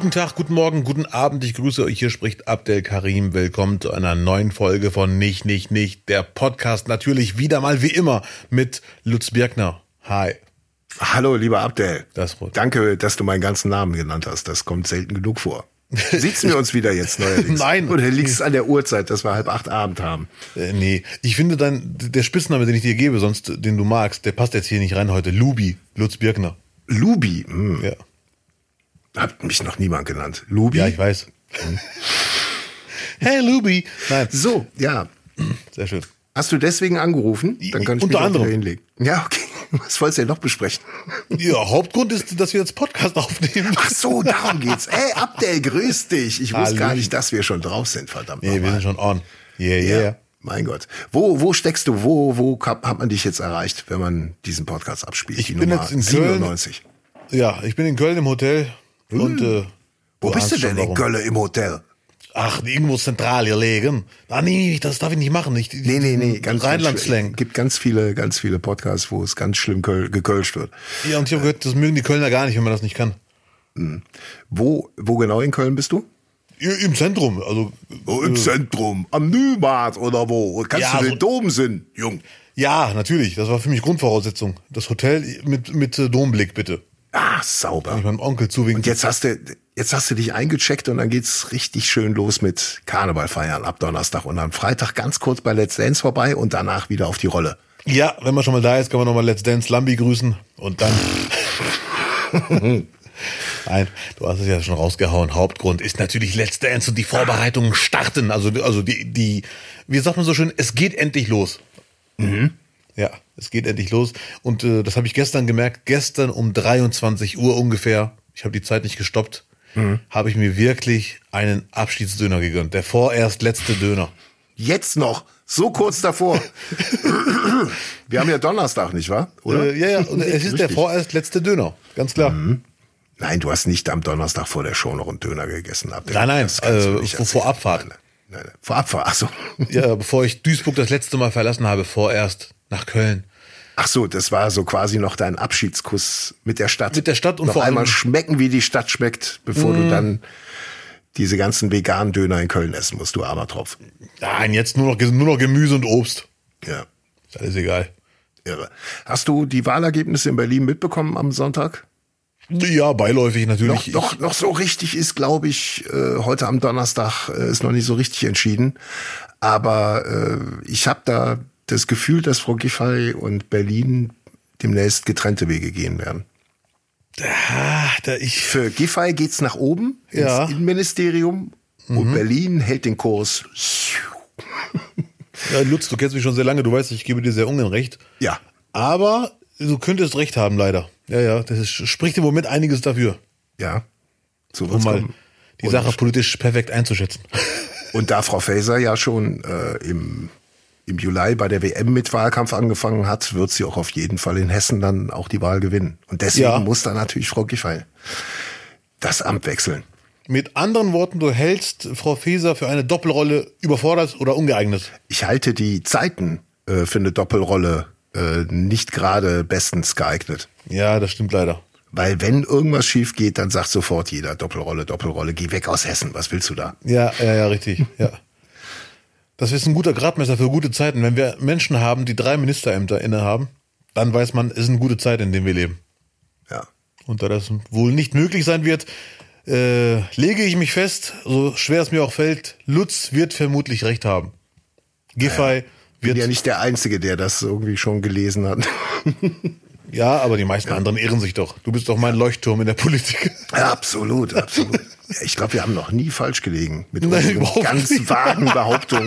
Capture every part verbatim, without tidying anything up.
Guten Tag, guten Morgen, guten Abend. Ich grüße euch. Hier spricht Abdel Karim. Willkommen zu einer neuen Folge von Nicht, Nicht, Nicht. Der Podcast natürlich wieder mal wie immer mit Lutz Birkner. Hi. Hallo, lieber Abdel. Das freut mich. Danke, dass du meinen ganzen Namen genannt hast. Das kommt selten genug vor. Sitzen wir uns wieder jetzt neuerdings? Nein. Oder liegt es an der Uhrzeit, dass wir halb acht Abend haben? Äh, nee, ich finde dein, der Spitzname, den ich dir gebe, sonst den du magst, der passt jetzt hier nicht rein heute. Lubi, Lutz Birkner. Lubi? Hm. Ja. Hat mich noch niemand genannt. Lubi? Ja, ich weiß. Hey, Lubi. Nein. So, ja. Sehr schön. Hast du deswegen angerufen? Dann kann ich Unter mich auch anderem. wieder hinlegen. Ja, okay. Was wolltest du denn noch besprechen? Ja, Hauptgrund ist, dass wir jetzt Podcast aufnehmen. Ach so, darum geht's. Ey, Abdel, grüß dich. Ich wusste Hallo. gar nicht, dass wir schon drauf sind, verdammt Nee, wir nochmal. sind schon on. Yeah, yeah. Ja, mein Gott. Wo, wo steckst du? Wo, wo hat man dich jetzt erreicht, wenn man diesen Podcast abspielt? Ich Die bin Nummer jetzt in siebenundneunzig. Ja, ich bin in Köln im Hotel. Und, äh, Wo bist du ahnst denn schon, in warum. Köln im Hotel? Ach, irgendwo zentral hier liegen. Ah, nee, das darf ich nicht machen. Ich, Nee, nee, nee. Ganz, Rheinland-Slang. Es gibt ganz viele, ganz viele Podcasts, wo es ganz schlimm köl- gekölscht wird. Ja, und ich habe gehört, das mögen die Kölner gar nicht, wenn man das nicht kann. Wo, wo genau in Köln bist du? I- Im Zentrum, also. Oh, im äh, Zentrum, am Neumarkt oder wo? Kannst Ja, du so- den Dom sehen, Jung? Ja, natürlich. Das war für mich Grundvoraussetzung. Das Hotel mit, mit äh, Domblick, bitte. Ah, Kann sauber. ich meinem Onkel zuwinken. Und jetzt hast du, jetzt hast du dich eingecheckt und dann geht's richtig schön los mit Karneval feiern ab Donnerstag und am Freitag ganz kurz bei Let's Dance vorbei und danach wieder auf die Rolle. Ja, wenn man schon mal da ist, kann man nochmal Let's Dance Lambi grüßen und dann. Nein, du hast es ja schon rausgehauen. Hauptgrund ist natürlich Let's Dance und die Vorbereitungen starten. Also, also die, die, wie sagt man so schön, es geht endlich los. Mhm. Ja, es geht endlich los. Und äh, das habe ich gestern gemerkt. Gestern um dreiundzwanzig Uhr ungefähr, ich habe die Zeit nicht gestoppt, Mhm. habe ich mir wirklich einen Abschiedsdöner gegönnt. Der vorerst letzte Döner. Jetzt noch, so kurz davor. Wir haben ja Donnerstag, nicht wahr? Oder? Äh, ja, ja, und es ist der Richtig. vorerst letzte Döner. Ganz klar. Nein, du hast nicht am Donnerstag vor der Show noch einen Döner gegessen. Abdel. Nein, nein, Das kannst du äh, nicht vor- vor erzählen. Abfahrt. Nein, nein, nein. Vor Abfahrt, ach so. Ja, bevor ich Duisburg das letzte Mal verlassen habe, vorerst nach Köln. Ach so, das war so quasi noch dein Abschiedskuss mit der Stadt. Mit der Stadt und noch vor allem- einmal schmecken, wie die Stadt schmeckt, bevor du dann diese ganzen veganen Döner in Köln essen musst, du armer Tropf. Nein, jetzt nur noch, nur noch Gemüse und Obst. Ja, Ist alles egal. irre. Hast du die Wahlergebnisse in Berlin mitbekommen am Sonntag? Ja, beiläufig Noch, natürlich. noch, noch so richtig ist, glaube ich, äh, heute am Donnerstag äh, ist noch nicht so richtig entschieden. Aber äh, ich habe da das Gefühl, dass Frau Giffey und Berlin demnächst getrennte Wege gehen werden. Ah, da ich, Für Giffey geht's nach oben Ja. ins Innenministerium und Berlin hält den Kurs. ja, Lutz, du kennst mich schon sehr lange, du weißt, ich gebe dir sehr unrecht. Ja, Aber du könntest recht haben, leider. Ja, ja, das ist, spricht im Moment einiges dafür, ja. So um wird's mal kommen. die Und- Sache politisch perfekt einzuschätzen. Und da Frau Faeser ja schon äh, im, im Juli bei der W M mit Wahlkampf angefangen hat, wird sie auch auf jeden Fall in Hessen dann auch die Wahl gewinnen. Und deswegen Ja. muss dann natürlich Frau Giffey das Amt wechseln. Mit anderen Worten, du hältst Frau Faeser für eine Doppelrolle überfordert oder ungeeignet. Ich halte die Zeiten äh, für eine Doppelrolle äh, nicht gerade bestens geeignet. Ja, das stimmt leider. Weil wenn irgendwas schief geht, dann sagt sofort jeder Doppelrolle, Doppelrolle, geh weg aus Hessen, was willst du da? Ja, ja, ja, richtig. Ja. Das ist ein guter Gradmesser für gute Zeiten. Wenn wir Menschen haben, die drei Ministerämter innehaben, dann weiß man, es ist eine gute Zeit, in der wir leben. Ja. Und da das wohl nicht möglich sein wird, äh, lege ich mich fest, so schwer es mir auch fällt, Lutz wird vermutlich recht haben. Giffey Bin wird, ja nicht der Einzige, der das irgendwie schon gelesen hat. ja, aber die meisten anderen irren sich doch. Du bist doch mein Leuchtturm in der Politik. Absolut, absolut. Ja, ich glaube, wir haben noch nie falsch gelegen mit Nein, unseren überhaupt ganz nicht. vagen Behauptungen.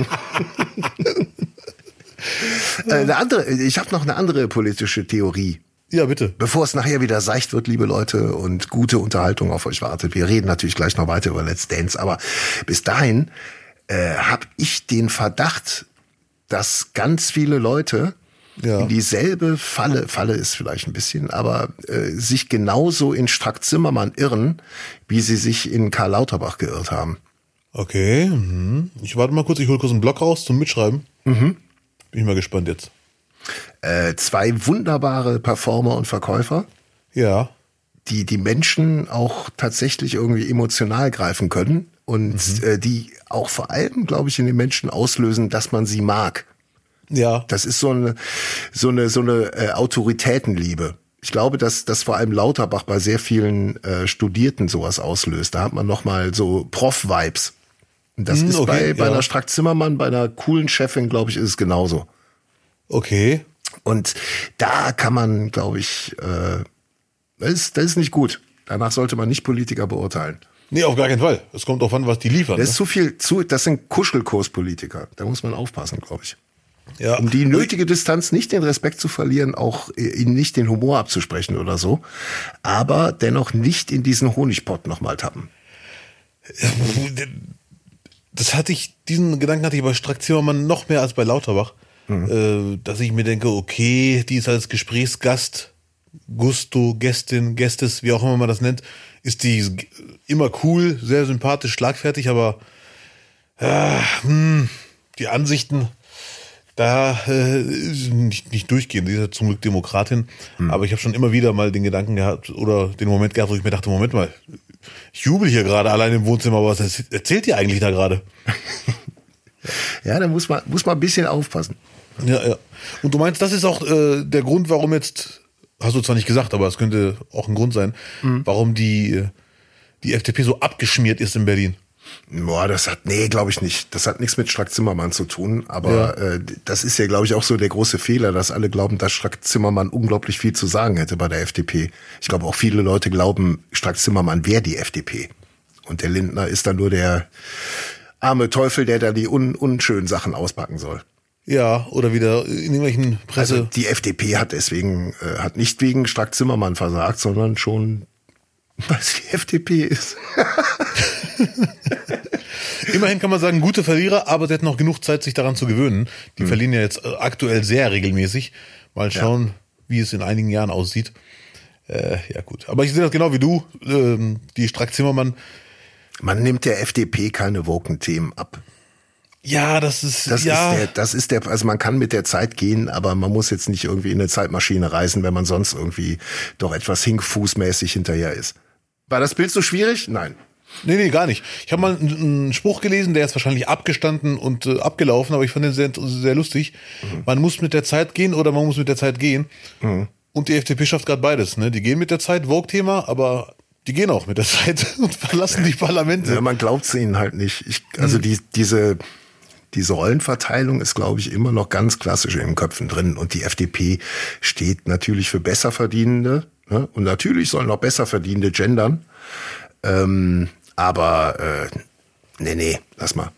äh, eine andere, ich habe noch eine andere politische Theorie. Ja, bitte. Bevor es nachher wieder seicht wird, liebe Leute, und gute Unterhaltung auf euch wartet. Wir reden natürlich gleich noch weiter über Let's Dance, aber bis dahin äh, habe ich den Verdacht, dass ganz viele Leute Ja. in dieselbe Falle, Falle ist vielleicht ein bisschen, aber äh, sich genauso in Strack-Zimmermann irren, wie sie sich in Karl Lauterbach geirrt haben. Okay. Mhm. Ich warte mal kurz, ich hole kurz einen Block raus zum Mitschreiben. Mhm. Bin ich mal gespannt jetzt. Äh, zwei wunderbare Performer und Verkäufer, Ja. die die Menschen auch tatsächlich irgendwie emotional greifen können und mhm. äh, die auch vor allem, glaube ich, in den Menschen auslösen, dass man sie mag. Ja. Das ist so eine so eine so eine äh, Autoritätenliebe. Ich glaube, dass dass vor allem Lauterbach bei sehr vielen äh, Studierten sowas auslöst. Da hat man noch mal so Prof-Vibes. Und das hm, ist okay, bei bei ja. einer Strack-Zimmermann, bei einer coolen Chefin, glaube ich, ist es genauso. Okay. Und da kann man, glaube ich, äh, das ist, das ist nicht gut. Danach sollte man nicht Politiker beurteilen. Nee, auf gar keinen Fall. Es kommt drauf an, was die liefern. Das ist ne? zu viel, zu, das sind Kuschelkurspolitiker. Da muss man aufpassen, glaube ich. Ja. Um die nötige Distanz, nicht den Respekt zu verlieren, auch ihnen nicht den Humor abzusprechen oder so, aber dennoch nicht in diesen Honigpott nochmal tappen. Das hatte ich, diesen Gedanken hatte ich bei Strack-Zimmermann noch mehr als bei Lauterbach, mhm. äh, dass ich mir denke, okay, die ist als Gesprächsgast, Gusto, Gästin, Gästes, wie auch immer man das nennt, ist die immer cool, sehr sympathisch, schlagfertig, aber äh, hm, die Ansichten da äh, nicht, nicht durchgehen. Die ist ja zum Glück Demokratin. Hm. Aber ich habe schon immer wieder mal den Gedanken gehabt oder den Moment gehabt, wo ich mir dachte, Moment mal, ich jubel hier gerade allein im Wohnzimmer, was erzählt ihr eigentlich da gerade? Ja, da muss man, muss man ein bisschen aufpassen. Ja, ja. Und du meinst, das ist auch äh, der Grund, warum jetzt, hast du zwar nicht gesagt, aber es könnte auch ein Grund sein, hm. warum die, die F D P so abgeschmiert ist in Berlin. Boah, das hat, nee, glaube ich nicht. Das hat nichts mit Strack-Zimmermann zu tun. Aber ja. äh, das ist ja, glaube ich, auch so der große Fehler, dass alle glauben, dass Strack-Zimmermann unglaublich viel zu sagen hätte bei der F D P. Ich glaube, auch viele Leute glauben, Strack-Zimmermann wäre die F D P. Und der Lindner ist dann nur der arme Teufel, der da die un unschönen Sachen auspacken soll. Ja, oder wieder in irgendwelchen Presse. Also die F D P hat deswegen, äh, hat nicht wegen Strack-Zimmermann versagt, sondern schon, weil es die F D P ist. Immerhin kann man sagen, gute Verlierer, aber sie hätten noch genug Zeit, sich daran zu gewöhnen. Die hm. verlieren ja jetzt aktuell sehr regelmäßig. Mal schauen, ja. wie es in einigen Jahren aussieht. Äh, ja gut, aber ich sehe das genau wie du. Ähm, die Strack-Zimmermann. Man nimmt der F D P keine woken Themen ab. Ja, das ist, das ja. ist der, das ist der, also man kann mit der Zeit gehen, aber man muss jetzt nicht irgendwie in eine Zeitmaschine reisen, wenn man sonst irgendwie doch etwas hinkfußmäßig hinterher ist. War das Bild so schwierig? Nein. Nee, nee, gar nicht. Ich habe mal einen, einen Spruch gelesen, der ist wahrscheinlich abgestanden und äh, abgelaufen, aber ich fand den sehr, sehr lustig. Mhm. Man muss mit der Zeit gehen oder man muss mit der Zeit gehen. Mhm. Und die F D P schafft gerade beides. Ne? Die gehen mit der Zeit, Vogue-Thema, aber die gehen auch mit der Zeit und verlassen die Parlamente. Ja, man glaubt es ihnen halt nicht. Ich, also mhm. die, diese, diese Rollenverteilung ist, glaube ich, immer noch ganz klassisch in den Köpfen drin. Und die F D P steht natürlich für Besserverdienende. Ne? Und natürlich sollen auch Besserverdienende gendern. Ähm, aber äh, nee, nee, lass mal.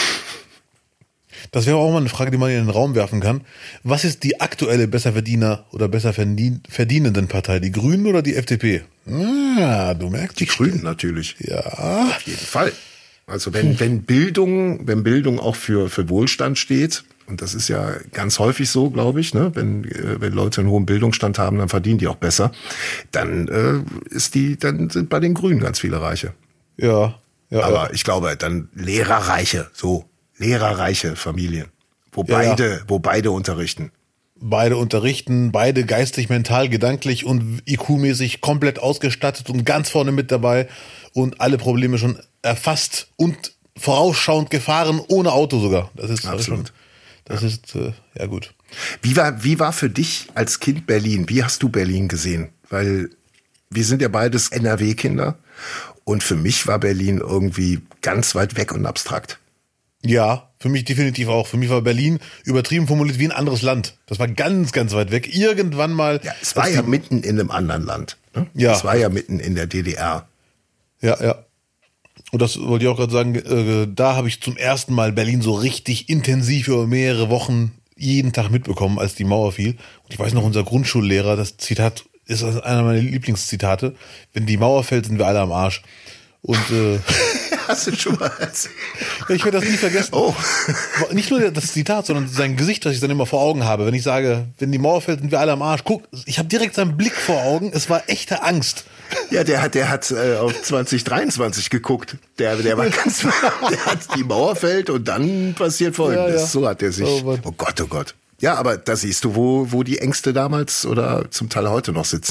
Das wäre auch mal eine Frage, die man in den Raum werfen kann. Was ist die aktuelle Besserverdiener oder besser verdienenden Partei? Die Grünen oder die F D P? Ah, du merkst. Die Grünen natürlich. Ja. Auf jeden Fall. Also wenn, wenn Bildung, wenn Bildung auch für, für Wohlstand steht, und das ist ja ganz häufig so, glaube ich, ne, wenn, äh, wenn Leute einen hohen Bildungsstand haben, dann verdienen die auch besser, dann äh, ist die, dann sind bei den Grünen ganz viele Reiche. Ja, ja. Aber ja. ich glaube, dann lehrerreiche, so, lehrerreiche Familien, wo ja, beide, ja. wo beide unterrichten. Beide unterrichten, beide geistig, mental, gedanklich und I Q-mäßig komplett ausgestattet und ganz vorne mit dabei und alle Probleme schon erfasst und vorausschauend gefahren, ohne Auto sogar. Das ist absolut. Das ja. ist, äh, ja gut. Wie war, wie war für dich als Kind Berlin? Wie hast du Berlin gesehen? Weil wir sind ja beides N R W-Kinder und für mich war Berlin irgendwie ganz weit weg und abstrakt. Ja, für mich definitiv auch. Für mich war Berlin übertrieben formuliert wie ein anderes Land. Das war ganz, ganz weit weg. Irgendwann mal. Ja, es war ja mitten in einem anderen Land. Ne? Ja. Es war ja mitten in der D D R. Ja, ja. Und das wollte ich auch gerade sagen, äh, da habe ich zum ersten Mal Berlin so richtig intensiv über mehrere Wochen jeden Tag mitbekommen, als die Mauer fiel. Und ich weiß noch, unser Grundschullehrer, das Zitat ist einer meiner Lieblingszitate: Wenn die Mauer fällt, sind wir alle am Arsch. Und äh, hast du schon mal erzählt? Ich werde das nie vergessen. Oh. Nicht nur das Zitat, sondern sein Gesicht, das ich dann immer vor Augen habe. Wenn ich sage, wenn die Mauer fällt, sind wir alle am Arsch. Guck, ich habe direkt seinen Blick vor Augen. Es war echte Angst. Ja, der hat, der hat äh, auf zwanzig dreiundzwanzig geguckt. Der, der war ganz, der hat die Mauer fällt und dann passiert Folgendes. Ja, ja. So hat er sich. Oh, oh Gott, oh Gott. Ja, aber da siehst du, wo, wo die Ängste damals oder zum Teil heute noch sitzen, ne?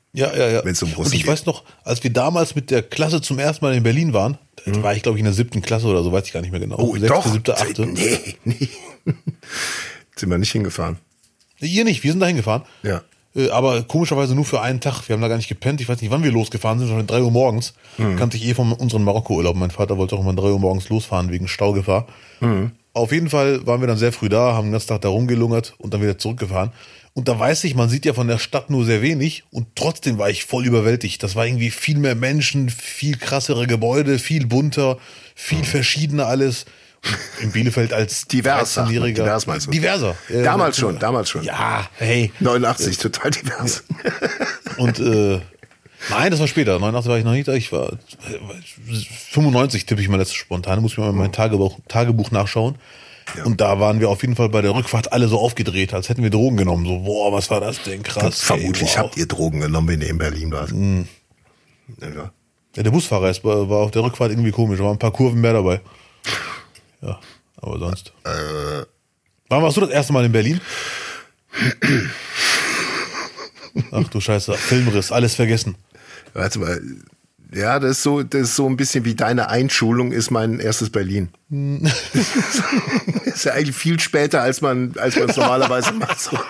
Ja, ja, ja. Wenn's um Und Russen ich geht. weiß noch, als wir damals mit der Klasse zum ersten Mal in Berlin waren, da war ich glaube ich in der siebten Klasse oder so, weiß ich gar nicht mehr genau. Oh, Sechste, doch. siebte, achte. Nee, nee. Sind wir nicht hingefahren. Ihr nicht, wir sind da hingefahren. Ja. Äh, Aber komischerweise nur für einen Tag. Wir haben da gar nicht gepennt. Ich weiß nicht, wann wir losgefahren sind, schon drei Uhr morgens. Mhm. Kannte ich eh von unseren Marokko-Urlaub. Mein Vater wollte auch immer drei Uhr morgens losfahren wegen Staugefahr. Mhm. Auf jeden Fall waren wir dann sehr früh da, haben den ganzen Tag da rumgelungert und dann wieder zurückgefahren. Und da weiß ich, man sieht ja von der Stadt nur sehr wenig und trotzdem war ich voll überwältigt. Das war irgendwie viel mehr Menschen, viel krassere Gebäude, viel bunter, viel verschiedener alles. Und in Bielefeld als Divers, sagt man. dreizehnjähriger. Divers meinst du? Diverser. Ja, Damals ja. schon, damals schon. Ja, hey. neunundachtzig, total divers. Und äh, nein, das war später. neunundachtzig war ich noch nicht da. Ich war fünfundneunzig, tippe ich mal letztes spontan. Muss ich mal in mein Tagebuch, Tagebuch nachschauen. Ja. Und da waren wir auf jeden Fall bei der Rückfahrt alle so aufgedreht, als hätten wir Drogen genommen. So, boah, was war das denn krass. Vermutlich ey, wow. habt ihr Drogen genommen, wenn ihr in Berlin wart. Mhm. Ja. Ja, der Busfahrer ist, war, war auf der Rückfahrt irgendwie komisch. Da waren ein paar Kurven mehr dabei. Ja, aber sonst. Äh, Wann warst du das erste Mal in Berlin? Ach du Scheiße, Filmriss, alles vergessen. warte mal. Ja, das ist so, das ist so ein bisschen wie deine Einschulung ist mein erstes Berlin. Das ist ja eigentlich viel später, als man, als man es normalerweise macht. So.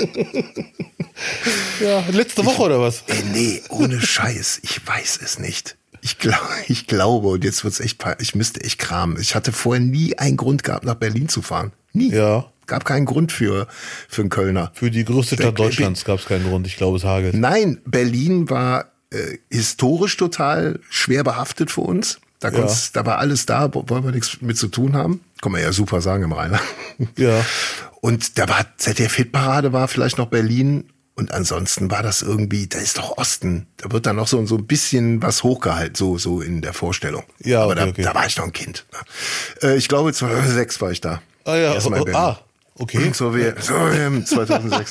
Ja, letzte Woche oder was? Ey, nee, ohne Scheiß. Ich weiß es nicht. Ich glaube, ich glaube, und jetzt wird's echt, ich müsste echt kramen. Ich hatte vorher nie einen Grund gehabt, nach Berlin zu fahren. Nie. Ja. Gab keinen Grund für, für einen Kölner. Für die größte Stadt Deutschlands gab es keinen Grund. Ich glaube, es hagelt. Nein, Berlin war äh, historisch total schwer behaftet für uns. Da, Ja. da war alles da, wollen wir nichts mit zu tun haben. Kann man ja super sagen im Rheinland. Ja. Und da war Z D F-Hitparade war vielleicht noch Berlin. Und ansonsten war das irgendwie, da ist doch Osten. Da wird dann noch so, so ein bisschen was hochgehalten, so, so in der Vorstellung. Ja, aber okay, da, okay. da war ich noch ein Kind. Äh, ich glaube, zweitausendsechs war ich da. Ah ja, Erstmal in oh, Berlin. ah, okay. So wie, so wie zweitausendsechs.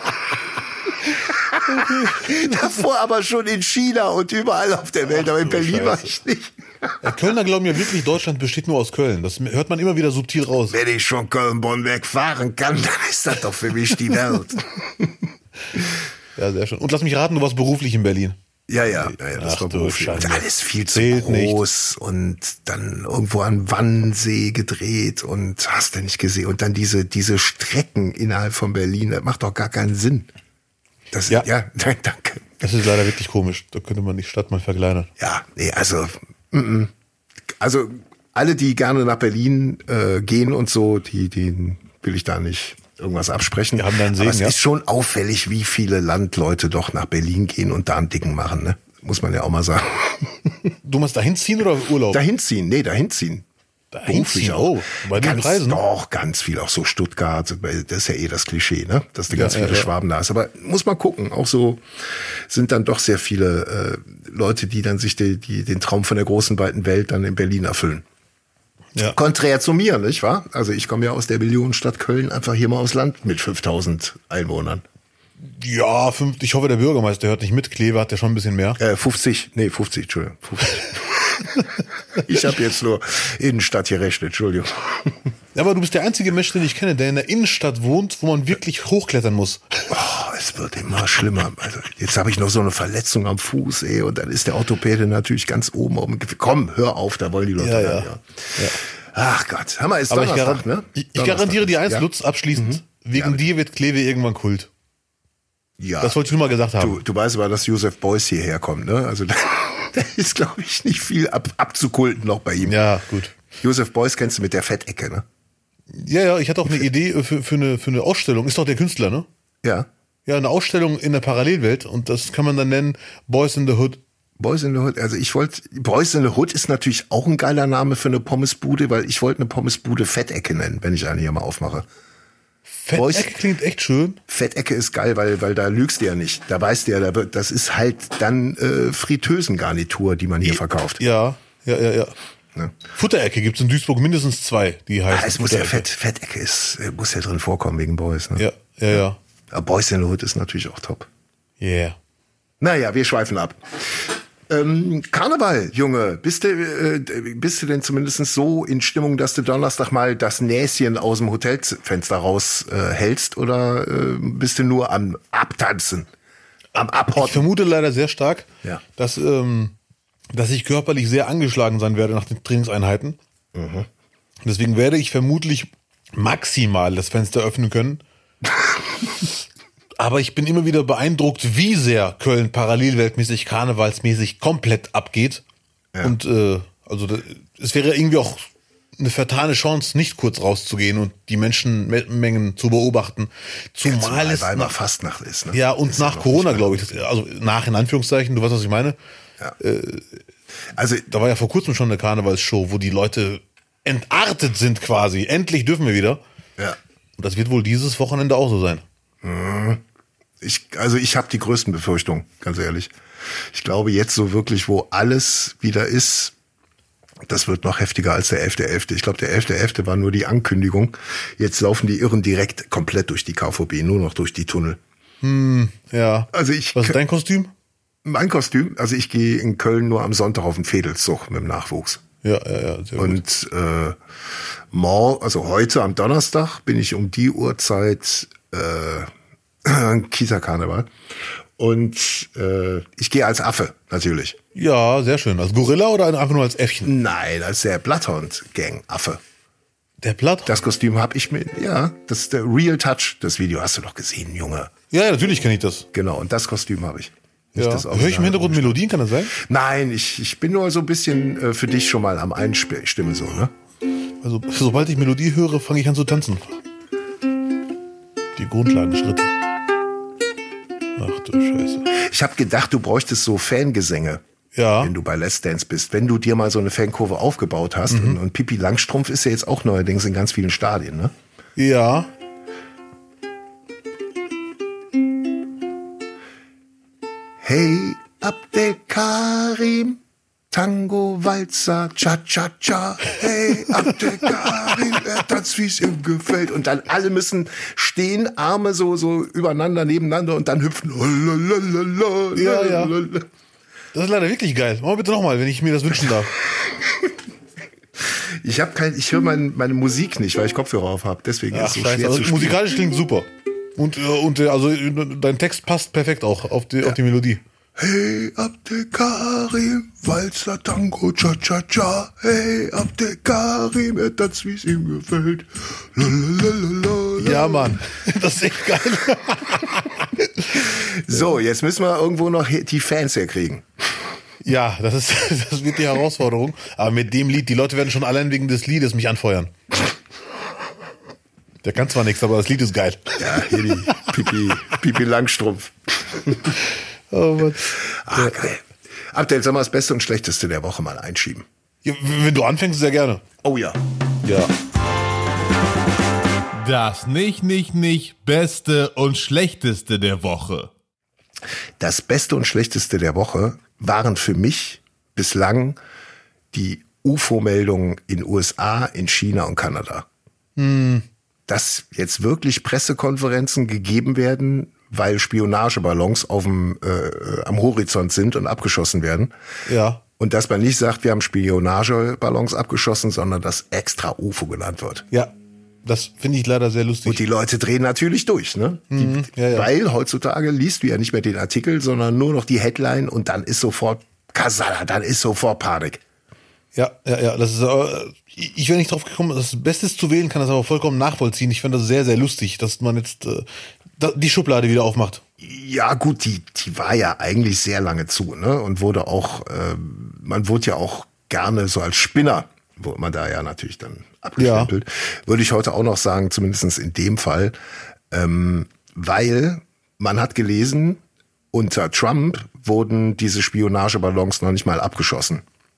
Davor aber schon in China und überall auf der Welt, aber in du Berlin war Scheiße. ich nicht. Ja, Kölner glauben ja wirklich, Deutschland besteht nur aus Köln. Das hört man immer wieder subtil raus. Wenn ich schon Köln-Bonn wegfahren kann, dann ist das doch für mich die Welt. Ja, sehr schön. Und lass mich raten, du warst beruflich in Berlin. Ja, ja, ja, ja das Ach war du beruflich. Und Schande. alles viel zu Zählt groß und dann irgendwo an Wannsee gedreht und hast du nicht gesehen. Und dann diese, diese Strecken innerhalb von Berlin, das macht doch gar keinen Sinn. Das, Ja. ja, ja danke. Das ist leider wirklich komisch. Da könnte man die Stadt mal verkleinern. Ja, nee, also, mm, mm. also alle, die gerne nach Berlin äh, gehen und so, die, die will ich da nicht irgendwas absprechen. Wir haben da einen Segen, Aber es ja. ist schon auffällig, wie viele Landleute doch nach Berlin gehen und da einen Dicken machen, ne? Muss man ja auch mal sagen. Du musst dahin ziehen oder Urlaub? Dahin ziehen, nee, dahin ziehen. Dahin ziehen, oh, bei den ganz, Preisen. Doch, ganz viel, auch so Stuttgart, weil das ist ja eh das Klischee, ne? Dass du Ja, ganz ja, viele ja. Schwaben da hast. Aber muss man gucken, auch so sind dann doch sehr viele äh, Leute, die dann sich die, die, den Traum von der großen, weiten Welt dann in Berlin erfüllen. Ja. Konträr zu mir, nicht wahr? Also ich komme ja aus der Millionenstadt Köln, einfach hier mal aus Land mit fünftausend Einwohnern. Ja, fünf, ich hoffe, der Bürgermeister hört nicht mit. Kleve hat ja schon ein bisschen mehr. Äh, fünfzig, nee, fünfzig, Entschuldigung. fünfzig. Ich habe jetzt nur Innenstadt gerechnet, Entschuldigung. Ja, aber du bist der einzige Mensch, den ich kenne, der in der Innenstadt wohnt, wo man wirklich hochklettern muss. Oh, es wird immer schlimmer. Also jetzt habe ich noch so eine Verletzung am Fuß, ey, und dann ist der Orthopäde natürlich ganz oben auf dem Gefühl. Komm, hör auf, da wollen die Leute Ja, rein, ja. ja. Ach Gott, hör mal, ist Aber ich, Donnerstag, garan ne? ich, ich Donnerstag. garantiere dir eins, ja? Lutz, abschließend. Wegen Ja. dir wird Kleve irgendwann Kult. Ja. Das wollte ich nur mal gesagt haben. Du, du weißt aber, dass Josef Beuys hierher kommt, ne? Also da, da ist, glaube ich, nicht viel ab, abzukulten noch bei ihm. Ja, gut. Josef Beuys kennst du mit der Fettecke, ne? Ja, ja, ich hatte auch eine Idee für, für, eine, für eine Ausstellung. Ist doch der Künstler, ne? Ja. Ja, eine Ausstellung in der Parallelwelt und das kann man dann nennen Boys in the Hood. Boys in the Hood, also ich wollte, Boys in the Hood ist natürlich auch ein geiler Name für eine Pommesbude, weil ich wollte eine Pommesbude Fettecke nennen, wenn ich eine hier mal aufmache. Boys- Fettecke klingt echt schön. Fettecke ist geil, weil, weil da lügst du ja nicht. Da weißt du ja, da wird, das ist halt dann äh, Fritteusengarnitur, die man hier verkauft. Ja, ja, ja, ja. Ne? Futterecke gibt's in Duisburg mindestens zwei, die heißen. Ah, es muss ja Futterecke. Fett, Fettecke ist, äh, muss ja drin vorkommen wegen Boys. Ne? Ja, ja, ja. Aber Boys in the Hood ist natürlich auch top. Yeah. Naja, wir schweifen ab. Ähm, Karneval, Junge, bist du, äh, bist du denn zumindest so in Stimmung, dass du Donnerstag mal das Näschen aus dem Hotelfenster raus äh, hältst oder äh, bist du nur am Abtanzen? am Abhotten. Ich vermute leider sehr stark, Ja. dass, ähm, dass ich körperlich sehr angeschlagen sein werde nach den Trainingseinheiten. Mhm. Deswegen werde ich vermutlich maximal das Fenster öffnen können. Aber ich bin immer wieder beeindruckt, wie sehr Köln parallelweltmäßig, karnevalsmäßig komplett abgeht. Ja. Und äh, also da, es wäre irgendwie auch eine vertane Chance, nicht kurz rauszugehen und die Menschenmengen zu beobachten. Zumal, Zumal es weil immer nach, Fastnacht ist. Ne? ja und ist nach ja Corona, nicht glaube ich, das, also nach in Anführungszeichen, du weißt, was ich meine. Ja. Also Da war ja vor kurzem schon eine Karnevalsshow, wo die Leute entartet sind quasi. Endlich dürfen wir wieder. ja. Und das wird wohl dieses Wochenende auch so sein. Ich, also ich habe die größten Befürchtungen, ganz ehrlich. Ich glaube jetzt so wirklich, wo alles wieder ist, das wird noch heftiger als der elfte elfte Ich glaube, der elfte elfte war nur die Ankündigung. Jetzt laufen die Irren direkt komplett durch die K V B, nur noch durch die Tunnel. Hm, ja. Also ich, Was ist dein Kostüm? mein Kostüm, also ich gehe in Köln nur am Sonntag auf den Fädelszug mit dem Nachwuchs. Ja, ja, ja. Sehr gut. Und äh, morgen, also heute am Donnerstag bin ich um die Uhrzeit äh, Kita-Karneval. Und äh, ich gehe als Affe, natürlich. Ja, sehr schön. Als Gorilla oder einfach nur als Äffchen? Nein, als der Bloodhound-Gang-Affe. Der Blatt? Das Kostüm habe ich mir, ja, das ist der Real Touch. Das Video hast du doch gesehen, Junge. Ja, ja, natürlich kenne ich das. Genau, und das Kostüm habe ich. Nicht Ja. das Höre ich im Hintergrund Melodien, kann das sein? Nein, ich, ich bin nur so ein bisschen äh, für dich schon mal am Einstimmen so, ne? Also, sobald ich Melodie höre, fange ich an zu tanzen. Die Grundlagenschritte. Ach du Scheiße. Ich habe gedacht, du bräuchtest so Fangesänge, Ja. wenn du bei Let's Dance bist. Wenn du dir mal so eine Fankurve aufgebaut hast. Mhm. Und, und Pippi Langstrumpf ist ja jetzt auch neuerdings in ganz vielen Stadien, ne? Ja. Hey, Abdel Karim, Tango, Walzer, Cha-Cha-Cha. Hey, Abdel Karim, er tanzt, wie's ihm gefällt. Und dann alle müssen stehen, Arme so, so übereinander, nebeneinander und dann hüpfen. Ja, ja. Das ist leider wirklich geil. Mach mal bitte nochmal, wenn ich mir das wünschen darf. Ich habe kein, ich höre mein, meine Musik nicht, weil ich Kopfhörer auf habe. Deswegen Ach, ist es so scheiße. schwer Also, zu spielen. musikalisch klingt super. Und, äh, und äh, also äh, dein Text passt perfekt auch auf die, auf die Melodie. Hey, Abdel Karim, Walzer, Tango, Cha-Cha-Cha. Hey, Abdel Karim, er tanzt, wie's ihm gefällt. Lalalala. Ja, Mann. Das ist echt geil. So, jetzt müssen wir irgendwo noch die Fans herkriegen. Ja, das ist, das wird die Herausforderung. Aber mit dem Lied, die Leute werden schon allein wegen des Liedes mich anfeuern. Der kann zwar nichts, aber das Lied ist geil. Ja, hier die Pipi, Pipi Langstrumpf. Oh, Mann. Ah, geil. Abdel, sag mal das Beste und Schlechteste der Woche mal einschieben. Ja, wenn du anfängst, sehr gerne. Oh ja. Ja. Das nicht, nicht, nicht Beste und Schlechteste der Woche. Das Beste und Schlechteste der Woche waren für mich bislang die U F O-Meldungen in U S A, in China und Kanada. Hm. Dass jetzt wirklich Pressekonferenzen gegeben werden, weil Spionageballons auf dem, äh, am Horizont sind und abgeschossen werden. Ja. Und dass man nicht sagt, wir haben Spionageballons abgeschossen, sondern dass extra U F O genannt wird. Ja. Das finde ich leider sehr lustig. Und die Leute drehen natürlich durch, ne? Die, Mhm, ja, ja. Weil heutzutage liest du ja nicht mehr den Artikel, sondern nur noch die Headline und dann ist sofort Kasala, dann ist sofort Panik. Ja, ja, ja. Das ist, äh, ich wäre nicht drauf gekommen, das Bestes zu wählen, kann das aber vollkommen nachvollziehen. Ich finde das sehr, sehr lustig, dass man jetzt äh, da, die Schublade wieder aufmacht. Ja gut, die, die war ja eigentlich sehr lange zu, ne? Und wurde auch, äh, man wurde ja auch gerne so als Spinner, wurde man da ja natürlich dann abgestempelt. Ja. Würde ich heute auch noch sagen, zumindest in dem Fall, ähm, weil man hat gelesen, unter Trump wurden diese Spionageballons noch nicht mal abgeschossen.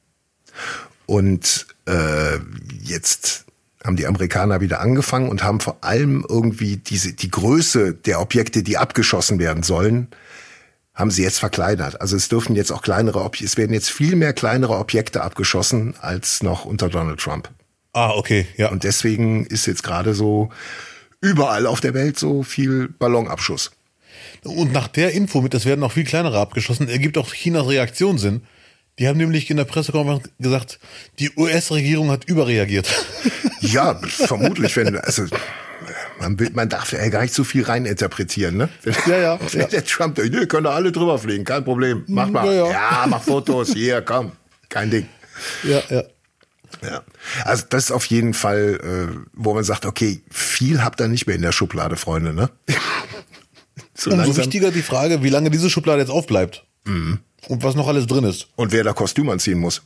Und äh, jetzt haben die Amerikaner wieder angefangen und haben vor allem irgendwie diese die Größe der Objekte, die abgeschossen werden sollen, haben sie jetzt verkleinert. Also es dürfen jetzt auch kleinere Objekte, es werden jetzt viel mehr kleinere Objekte abgeschossen als noch unter Donald Trump. Ah, okay, ja. Und deswegen ist jetzt gerade so überall auf der Welt so viel Ballonabschuss. Und nach der Info mit, es werden auch viel kleinere abgeschossen, ergibt auch Chinas Reaktion Sinn. Die haben nämlich in der Pressekonferenz gesagt, die U S-Regierung hat überreagiert. Ja, vermutlich, wenn, also Man, will, man darf ja gar nicht so viel reininterpretieren, ne? Ja, ja. ja. Der Trump, ne, können alle drüber fliegen, kein Problem. Mach mal. Ja, ja. ja, mach Fotos, hier, komm. Kein Ding. Ja, ja. Ja. Also das ist auf jeden Fall, äh, wo man sagt, okay, viel habt ihr nicht mehr in der Schublade, Freunde, ne? so Umso wichtiger die Frage, wie lange diese Schublade jetzt aufbleibt. Mhm. Und was noch alles drin ist. Und wer da Kostüm anziehen muss.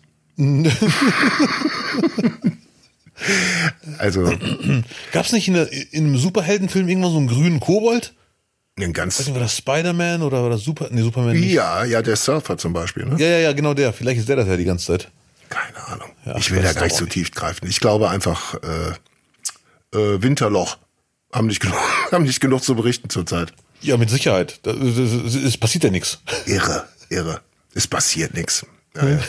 Also. Gab es nicht in, der, in einem Superheldenfilm irgendwann so einen grünen Kobold? Ein ganz. Weiß nicht, war das Spider-Man oder war das Super, nee, Superman nicht? Ja, ja, der Surfer zum Beispiel, ne? Ja, ja, ja, genau der. Vielleicht ist der das ja die ganze Zeit. Keine Ahnung. Ja, ich will da gar nicht so nicht. tief greifen. Ich glaube einfach, äh, äh, Winterloch. Haben nicht genug, haben nicht genug zu berichten zurzeit. Ja, mit Sicherheit. Da- Es es passiert ja nichts. Irre, irre. Es passiert nichts. Ja, ja.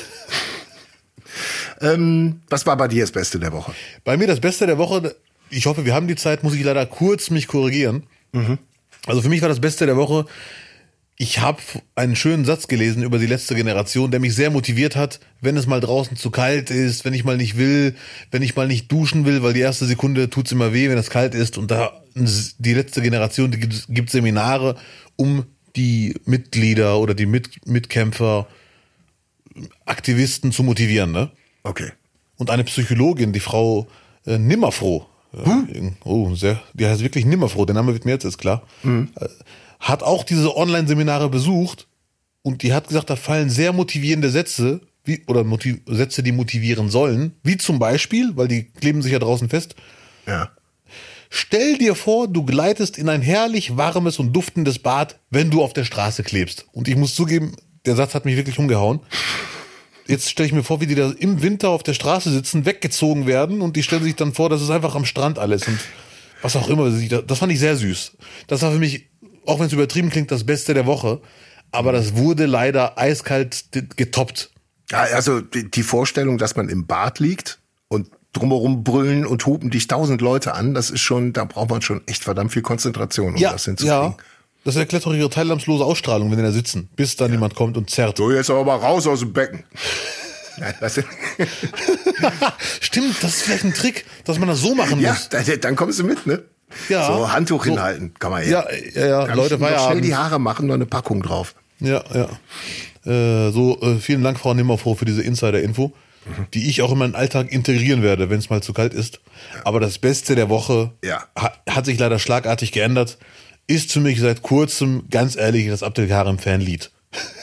ähm, was war bei dir das Beste der Woche? Bei mir das Beste der Woche, ich hoffe, wir haben die Zeit, muss ich leider kurz mich korrigieren. Mhm. Also für mich war das Beste der Woche, ich habe einen schönen Satz gelesen über die letzte Generation, der mich sehr motiviert hat, wenn es mal draußen zu kalt ist, wenn ich mal nicht will, wenn ich mal nicht duschen will, weil die erste Sekunde tut's immer weh, wenn es kalt ist. Und da die letzte Generation, die gibt, gibt Seminare, um die Mitglieder oder die Mit, Mitkämpfer, Aktivisten zu motivieren, ne? Okay. Und eine Psychologin, die Frau äh, Nimmerfroh, äh, oh, sehr, die heißt wirklich Nimmerfroh, der Name wird mir jetzt erst klar, äh, hat auch diese Online-Seminare besucht und die hat gesagt, da fallen sehr motivierende Sätze, wie, oder motiv Sätze, die motivieren sollen, wie zum Beispiel, weil die kleben sich ja draußen fest, Ja. stell dir vor, du gleitest in ein herrlich warmes und duftendes Bad, wenn du auf der Straße klebst. Und ich muss zugeben, der Satz hat mich wirklich umgehauen. Jetzt stelle ich mir vor, wie die da im Winter auf der Straße sitzen, weggezogen werden und die stellen sich dann vor, das ist einfach am Strand alles und was auch immer. Das fand ich sehr süß. Das war für mich, auch wenn es übertrieben klingt, das Beste der Woche. Aber das wurde leider eiskalt getoppt. Ja, also die, die Vorstellung, dass man im Bad liegt und drumherum brüllen und hupen dich tausend Leute an, das ist schon, da braucht man schon echt verdammt viel Konzentration, um Ja, das hinzukriegen. ja. Das erklärt doch ihre teilnahmslose Ausstrahlung, wenn die da sitzen, bis dann jemand kommt und zerrt. So, jetzt aber mal raus aus dem Becken. Nein, was denn? Stimmt, das ist vielleicht ein Trick, dass man das so machen Ja, muss. dann, dann kommst du mit, ne? Ja. So, Handtuch So. hinhalten, kann man ja. Ja, ja, ja, Kann Leute, ich noch schnell Feierabend. die Haare machen, noch eine Packung drauf. Ja, ja. Äh, so, äh, vielen Dank, Frau Nimmerfroh, für diese Insider-Info, die ich auch in meinen Alltag integrieren werde, wenn es mal zu kalt ist. Aber das Beste der Woche Ja. ha hat sich leider schlagartig geändert. Ist für mich seit kurzem, ganz ehrlich, das Abdelkarim-Fanlied.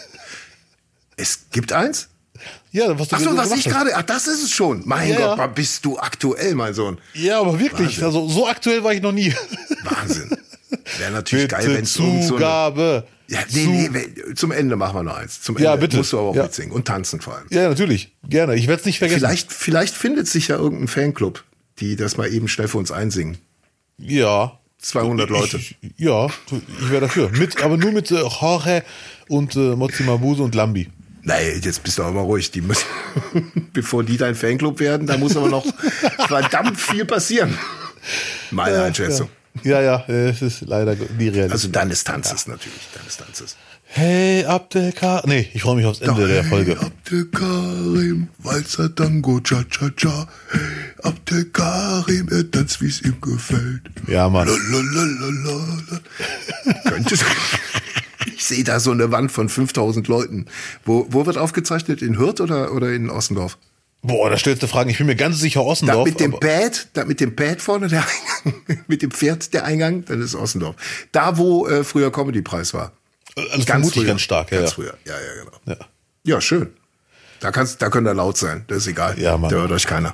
Es gibt eins? Ja, was du Ach so, ge- was gemacht ich hast. gerade, ach, das ist es schon. Mein Ja, Gott, ja. bist du aktuell, mein Sohn. Ja, aber wirklich, Wahnsinn. also so aktuell war ich noch nie. Wahnsinn. Wäre natürlich geil, Bitte wenn es irgend so eine, Zugabe. ja, nee, Zu- nee, we- zum Ende machen wir noch eins. Zum Ende Ja, bitte. musst du aber auch Ja. mitsingen und tanzen vor allem. Ja, natürlich, gerne. Ich werde es nicht vergessen. Vielleicht, vielleicht findet sich ja irgendein Fanclub, die das mal eben schnell für uns einsingen. Ja. zweihundert Leute. Ich, ja, ich wäre dafür. Mit, aber nur mit äh, Jorge und äh, Mozzi Mabuse und Lambi. Nee, jetzt bist du aber mal ruhig. Die müssen, bevor die dein Fanclub werden, da muss aber noch verdammt viel passieren. Meine Einschätzung. Ja, ja, äh, es ist leider die Realität. Also dann ist Tanzes natürlich, dann ist Tanzes. Hey, Abdelkar. Nee, ich freue mich aufs Ende der Folge. Abdelkarim, Walzer, Tango, Cha-Cha-Cha. Hey, Abdelkarim, er tanzt, wie es ihm gefällt. Ja, Mann. Lalalala. Könnte Ich sehe da so eine Wand von fünftausend Leuten. Wo, wo wird aufgezeichnet? In Hürth oder, oder in Ossendorf? Boah, da stellst du Fragen. Ich bin mir ganz sicher Da Ossendorf. mit dem aber- Pad, da mit dem Pad vorne der Eingang, mit dem Pferd der Eingang, dann ist Ossendorf. Da, wo äh, früher Comedy-Preis war. Also vermute ich ganz stark, ja. Ganz ja. früher, ja, ja, genau. Ja. Ja, schön. Da kannst, da könnt ihr laut sein, das ist egal. Ja, Mann. Da hört euch keiner.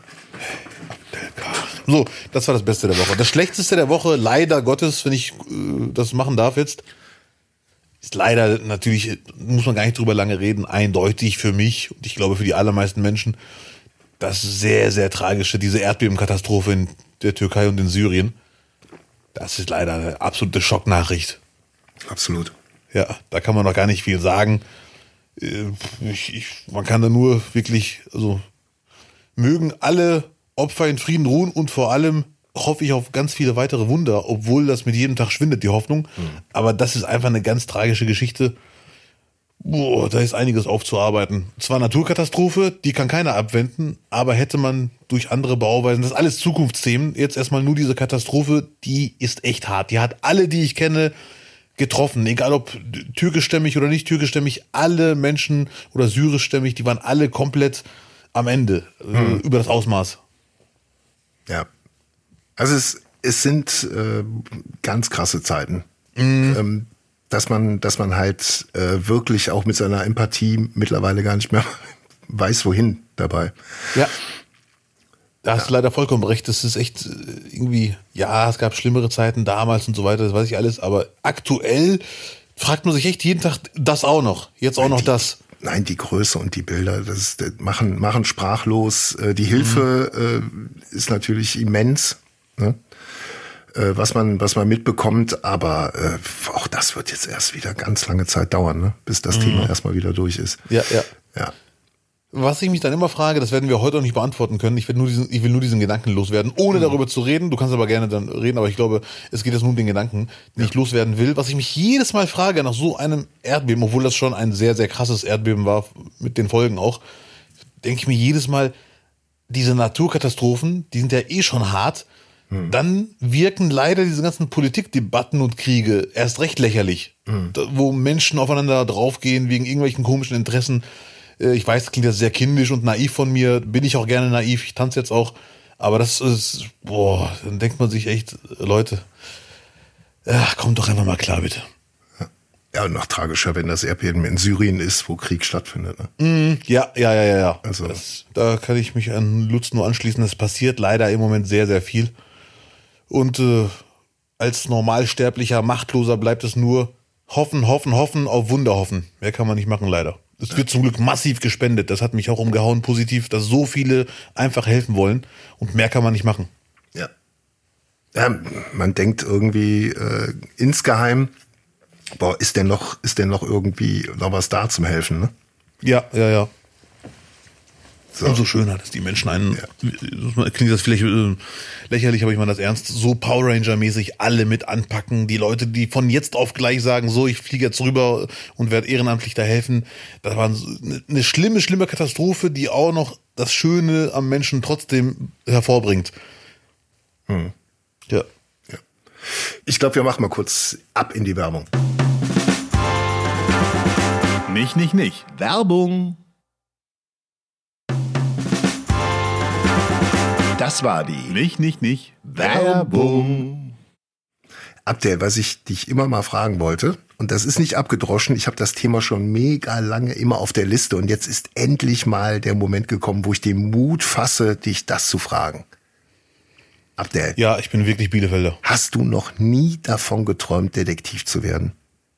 So, das war das Beste der Woche. Das Schlechteste der Woche, leider Gottes, wenn ich äh, das machen darf jetzt, ist leider natürlich, muss man gar nicht drüber lange reden, eindeutig für mich und ich glaube für die allermeisten Menschen, das sehr, sehr tragische, diese Erdbebenkatastrophe in der Türkei und in Syrien. Das ist leider eine absolute Schocknachricht. Absolut. Ja, da kann man noch gar nicht viel sagen. Äh, Ich, ich, man kann da nur wirklich, also mögen alle Opfer in Frieden ruhen und vor allem hoffe ich auf ganz viele weitere Wunder, obwohl das mit jedem Tag schwindet, die Hoffnung. Aber das ist einfach eine ganz tragische Geschichte, Boah, da ist einiges aufzuarbeiten. Zwar Naturkatastrophe, die kann keiner abwenden, aber hätte man durch andere Bauweisen, das ist alles Zukunftsthemen, jetzt erstmal nur diese Katastrophe, die ist echt hart. Die hat alle, die ich kenne, getroffen. Egal ob türkischstämmig oder nicht türkischstämmig, alle Menschen oder syrischstämmig, die waren alle komplett am Ende hm. äh, über das Ausmaß. Ja. Also es, es sind äh, ganz krasse Zeiten. Mhm. Ähm, dass man, dass man halt äh, wirklich auch mit seiner Empathie mittlerweile gar nicht mehr weiß, wohin dabei. Ja. Da hast du leider vollkommen recht. Das ist echt irgendwie, ja, es gab schlimmere Zeiten damals und so weiter, das weiß ich alles, aber aktuell fragt man sich echt jeden Tag das auch noch. Jetzt auch Nein, noch die, das. Nein, die Größe und die Bilder, das, ist, das machen, machen sprachlos. Die Hilfe mhm. äh, ist natürlich immens, ne? äh, was man, was man mitbekommt, aber äh, auch das wird jetzt erst wieder ganz lange Zeit dauern, ne? Bis das mhm. Thema erstmal wieder durch ist. Ja, ja. Ja. Was ich mich dann immer frage, das werden wir heute auch nicht beantworten können. Ich will nur diesen, ich will nur diesen Gedanken loswerden, ohne mhm. darüber zu reden. Du kannst aber gerne dann reden, aber ich glaube, es geht jetzt nur um den Gedanken, den ja. ich loswerden will. Was ich mich jedes Mal frage nach so einem Erdbeben, obwohl das schon ein sehr, sehr krasses Erdbeben war, mit den Folgen auch, denke ich mir jedes Mal, diese Naturkatastrophen, die sind ja eh schon hart, mhm. dann wirken leider diese ganzen Politikdebatten und Kriege erst recht lächerlich, mhm. wo Menschen aufeinander draufgehen wegen irgendwelchen komischen Interessen. Ich weiß, das klingt jetzt sehr kindisch und naiv von mir. Bin ich auch gerne naiv. Ich tanze jetzt auch. Aber das ist, boah, dann denkt man sich echt, Leute, ach, kommt doch einfach mal klar, bitte. Ja, und noch tragischer, wenn das Erdbeben in Syrien ist, wo Krieg stattfindet. Ne? Mm, ja, ja, ja, ja, ja. Also. Das, da kann ich mich an Lutz nur anschließen. Es passiert leider im Moment sehr, sehr viel. Und äh, als Normalsterblicher, Machtloser bleibt es nur hoffen, hoffen, hoffen, auf Wunder hoffen. Mehr kann man nicht machen, leider. Es wird zum Glück massiv gespendet. Das hat mich auch umgehauen positiv, dass so viele einfach helfen wollen. Und mehr kann man nicht machen. Ja. Ja, man denkt irgendwie äh, insgeheim, boah, ist denn noch, ist denn noch irgendwie noch was da zum Helfen, ne? Ja, ja, ja. So. Umso schöner, dass die Menschen einen, ja. klingt das vielleicht äh, lächerlich, aber ich meine das ernst, so Power Ranger-mäßig alle mit anpacken. Die Leute, die von jetzt auf gleich sagen, so, ich fliege jetzt rüber und werde ehrenamtlich da helfen. Das war eine schlimme, schlimme Katastrophe, die auch noch das Schöne am Menschen trotzdem hervorbringt. Hm. Ja. ja. Ich glaube, wir machen mal kurz ab in die Werbung. Nicht, nicht, nicht. Werbung. Das war die Nicht, nicht, nicht. Werbung. Abdel, was ich dich immer mal fragen wollte, und das ist nicht abgedroschen, ich habe das Thema schon mega lange immer auf der Liste und jetzt ist endlich mal der Moment gekommen, wo ich den Mut fasse, dich das zu fragen. Abdel. Ja, ich bin wirklich Bielefelder. Hast du noch nie davon geträumt, Detektiv zu werden?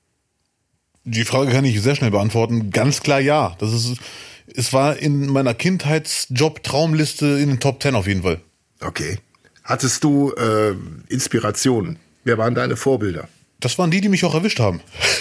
Die Frage kann ich sehr schnell beantworten. Ganz klar ja. Das ist... Es war in meiner Kindheitsjob-Traumliste in den Top Ten auf jeden Fall. Okay. Hattest du äh, Inspirationen? Wer waren deine Vorbilder? Das waren die, die mich auch erwischt haben.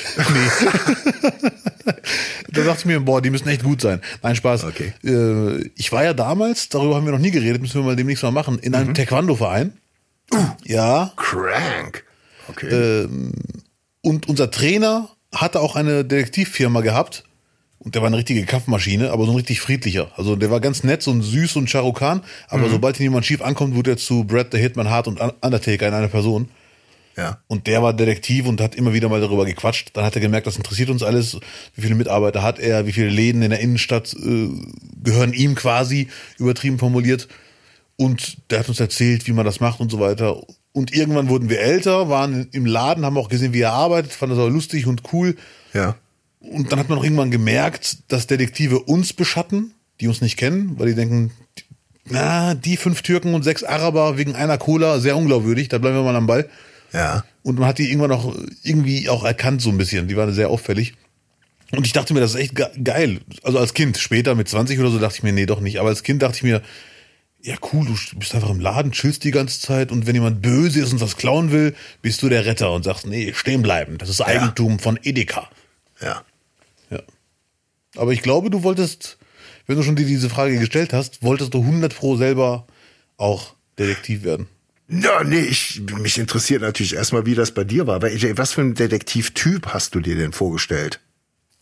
Nee. Da dachte ich mir, boah, die müssen echt gut sein. Nein, Spaß. Okay. Äh, ich war ja damals, darüber haben wir noch nie geredet, müssen wir mal demnächst mal machen, in einem mhm. Taekwondo-Verein. Uh, ja. Crank. Okay. Ähm, und unser Trainer hatte auch eine Detektivfirma gehabt. Und der war eine richtige Kampfmaschine, aber so ein richtig friedlicher. Also der war ganz nett, so ein süß und Shah Rukh Khan. Aber mhm. sobald ihn jemand schief ankommt, wird er zu Bret the Hitman Hart und Undertaker in einer Person. Ja. Und der war Detektiv und hat immer wieder mal darüber gequatscht. Dann hat er gemerkt, das interessiert uns alles. Wie viele Mitarbeiter hat er? Wie viele Läden in der Innenstadt äh, gehören ihm quasi, übertrieben formuliert. Und der hat uns erzählt, wie man das macht und so weiter. Und irgendwann wurden wir älter, waren im Laden, haben auch gesehen, wie er arbeitet, fanden das auch lustig und cool. Ja. Und dann hat man auch irgendwann gemerkt, dass Detektive uns beschatten, die uns nicht kennen, weil die denken, na, die fünf Türken und sechs Araber wegen einer Cola, sehr unglaubwürdig, da bleiben wir mal am Ball. Ja. Und man hat die irgendwann auch irgendwie auch erkannt so ein bisschen, die waren sehr auffällig. Und ich dachte mir, das ist echt geil. Also als Kind, später mit zwanzig oder so dachte ich mir, nee, doch nicht. Aber als Kind dachte ich mir, ja cool, du bist einfach im Laden, chillst die ganze Zeit und wenn jemand böse ist und was klauen will, bist du der Retter und sagst, nee, stehen bleiben, das ist Eigentum ja. von Edeka. Ja. Ja. Aber ich glaube, du wolltest, wenn du schon dir diese Frage gestellt hast, wolltest du hundert Pro selber auch Detektiv werden. Ja, nee, ich, mich interessiert natürlich erstmal, wie das bei dir war. Was für ein Detektivtyp hast du dir denn vorgestellt?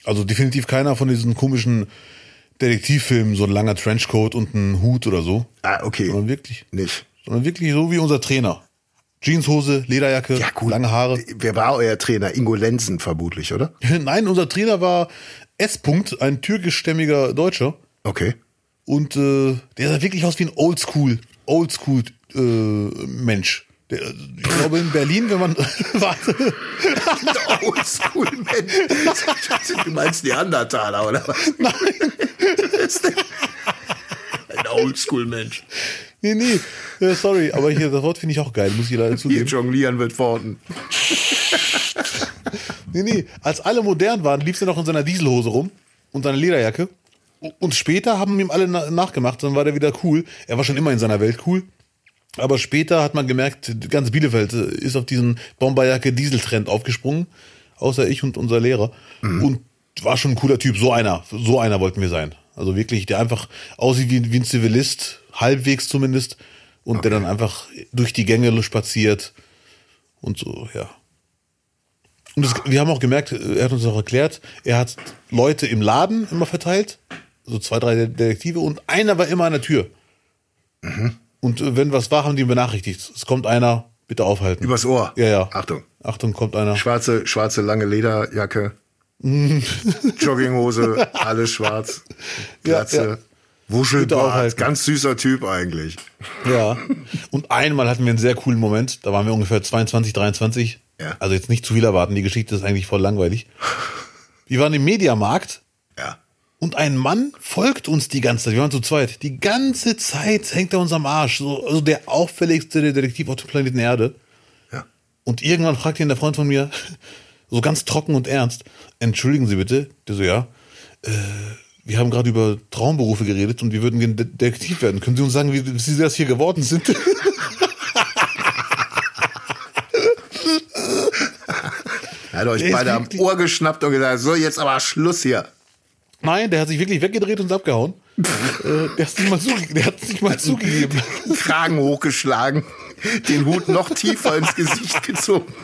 Also definitiv keiner von diesen komischen Detektivfilmen, so ein langer Trenchcoat und ein Hut oder so. Ah, okay. Sondern wirklich, Nicht. sondern wirklich so wie unser Trainer. Jeanshose, Lederjacke, Ja, gut. lange Haare. Wer war euer Trainer? Ingo Lenzen vermutlich, oder? Nein, unser Trainer war S. -Punkt, ein türkischstämmiger Deutscher. Okay. Und äh, der sah wirklich aus wie ein Oldschool, Oldschool äh, Mensch. Der, ich glaube in Berlin, wenn man warte, Oldschool, Mensch. Du meinst Neandertaler, oder was? nein, Ein Oldschool-Mensch. nee, nee, äh, sorry, aber hier das Wort finde ich auch geil, muss ich leider Hier zugeben. jonglieren wird verordnet. Nee, nee, als alle modern waren, lief er noch in seiner Dieselhose rum und seiner Lederjacke. Und später haben ihm alle na- nachgemacht, dann war der wieder cool. Er war schon immer in seiner Welt cool. Aber später hat man gemerkt, ganz Bielefeld ist auf diesen Bomberjacke-Dieseltrend aufgesprungen. Außer ich und unser Lehrer. Mhm. Und war schon ein cooler Typ. So einer, so einer wollten wir sein. Also wirklich, der einfach aussieht wie, wie ein Zivilist, halbwegs zumindest. Und okay. der dann einfach durch die Gänge spaziert. Und so, ja. Und das, wir haben auch gemerkt, er hat uns auch erklärt, er hat Leute im Laden immer verteilt. So zwei, drei Detektive. Und einer war immer an der Tür. Mhm. Und wenn was war, haben die ihn benachrichtigt. Es kommt einer, bitte aufhalten. Übers Ohr. Ja, ja. Achtung. Achtung, kommt einer. Schwarze, schwarze lange Lederjacke. Jogginghose, alles schwarz. Glatze. Ja, ja. Wuschelbart. Ganz süßer Typ eigentlich. Ja. Und einmal hatten wir einen sehr coolen Moment. Da waren wir ungefähr zweiundzwanzig, dreiundzwanzig. Ja. Also jetzt nicht zu viel erwarten. Die Geschichte ist eigentlich voll langweilig. Wir waren im Mediamarkt. Ja. Und ein Mann folgt uns die ganze Zeit. Wir waren zu zweit. Die ganze Zeit hängt er uns am Arsch. So, also der auffälligste Detektiv auf dem Planeten Erde. Ja. Und irgendwann fragt ihn der Freund von mir, so ganz trocken und ernst, entschuldigen Sie bitte. Der so, ja, äh, wir haben gerade über Traumberufe geredet und wir würden gerne Detektiv werden. Können Sie uns sagen, wie, wie Sie das hier geworden sind? Er hat euch beide am Ohr geschnappt und gesagt, so jetzt aber Schluss hier. Nein, der hat sich wirklich weggedreht und ist abgehauen. äh, der, hat nicht mal zuge- der hat es nicht mal zugegeben. Kragen hochgeschlagen, den Hut noch tiefer ins Gesicht gezogen.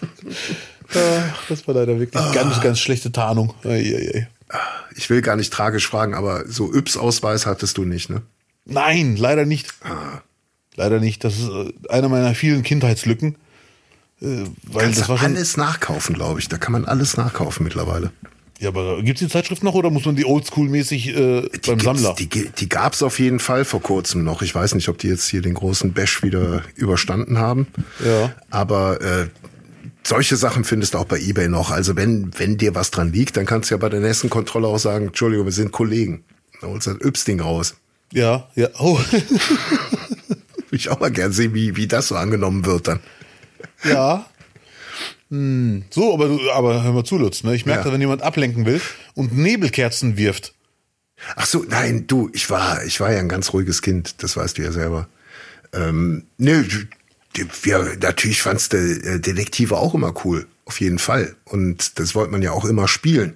Ach, das war leider wirklich ah. ganz, ganz schlechte Tarnung. Ei, ei, ei. Ich will gar nicht tragisch fragen, aber so Yps-Ausweis hattest du nicht, ne? Nein, leider nicht. Ah. Leider nicht. Das ist eine meiner vielen Kindheitslücken. Äh, weil Kannst das war schon alles nachkaufen, glaube ich. Da kann man alles nachkaufen mittlerweile. Ja, aber gibt's die Zeitschrift noch oder muss man die oldschool-mäßig äh, Die beim gibt's- Sammler? Die, die gab es auf jeden Fall vor kurzem noch. Ich weiß nicht, ob die jetzt hier den großen Bash wieder überstanden haben. Ja. Aber äh, solche Sachen findest du auch bei eBay noch. Also wenn, wenn dir was dran liegt, dann kannst du ja bei der nächsten Kontrolle auch sagen, Entschuldigung, wir sind Kollegen. Da holst du das Yps-Ding raus. Ja, ja. Oh. Will ich auch mal gern sehen, wie, wie das so angenommen wird dann. Ja. Hm. So, aber, du- aber hör mal zu, Lutz. Ne? Ich merke, Ja. wenn jemand ablenken will und Nebelkerzen wirft. Ach so, nein, du, ich war, ich war ja ein ganz ruhiges Kind, das weißt du ja selber. Ähm, nö, die- wir, natürlich fandst du äh, Detektive auch immer cool, auf jeden Fall. Und das wollte man ja auch immer spielen.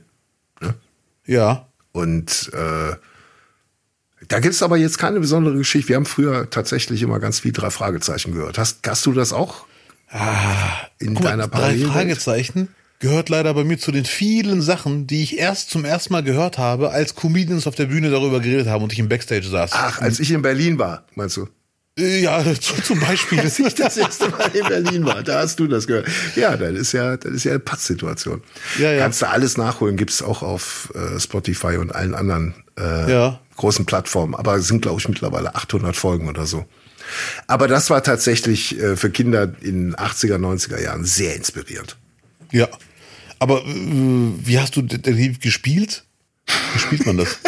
Ja. Und äh, da gibt's aber jetzt keine besondere Geschichte. Wir haben früher tatsächlich immer ganz viel drei Fragezeichen gehört. Hast, hast du das auch in Guck mal, deiner drei Parallelwelt? Fragezeichen gehört leider bei mir zu den vielen Sachen, die ich erst zum ersten Mal gehört habe, als Comedians auf der Bühne darüber geredet haben und ich im Backstage saß. Ach, als ich in Berlin war, meinst du? Äh, Ja, zu, zum Beispiel. Als ich das erste Mal in Berlin war, da hast du das gehört. Ja, das ist ja, das ist ja eine Pattsituation. Ja, ja. Kannst du alles nachholen, gibt's auch auf äh, Spotify und allen anderen äh, Ja. großen Plattformen. Aber es sind, glaube ich, mittlerweile achthundert Folgen oder so. Aber das war tatsächlich äh, für Kinder in achtziger, neunziger Jahren sehr inspirierend. Ja. Aber äh, wie hast du Detektiv gespielt? Wie spielt man das?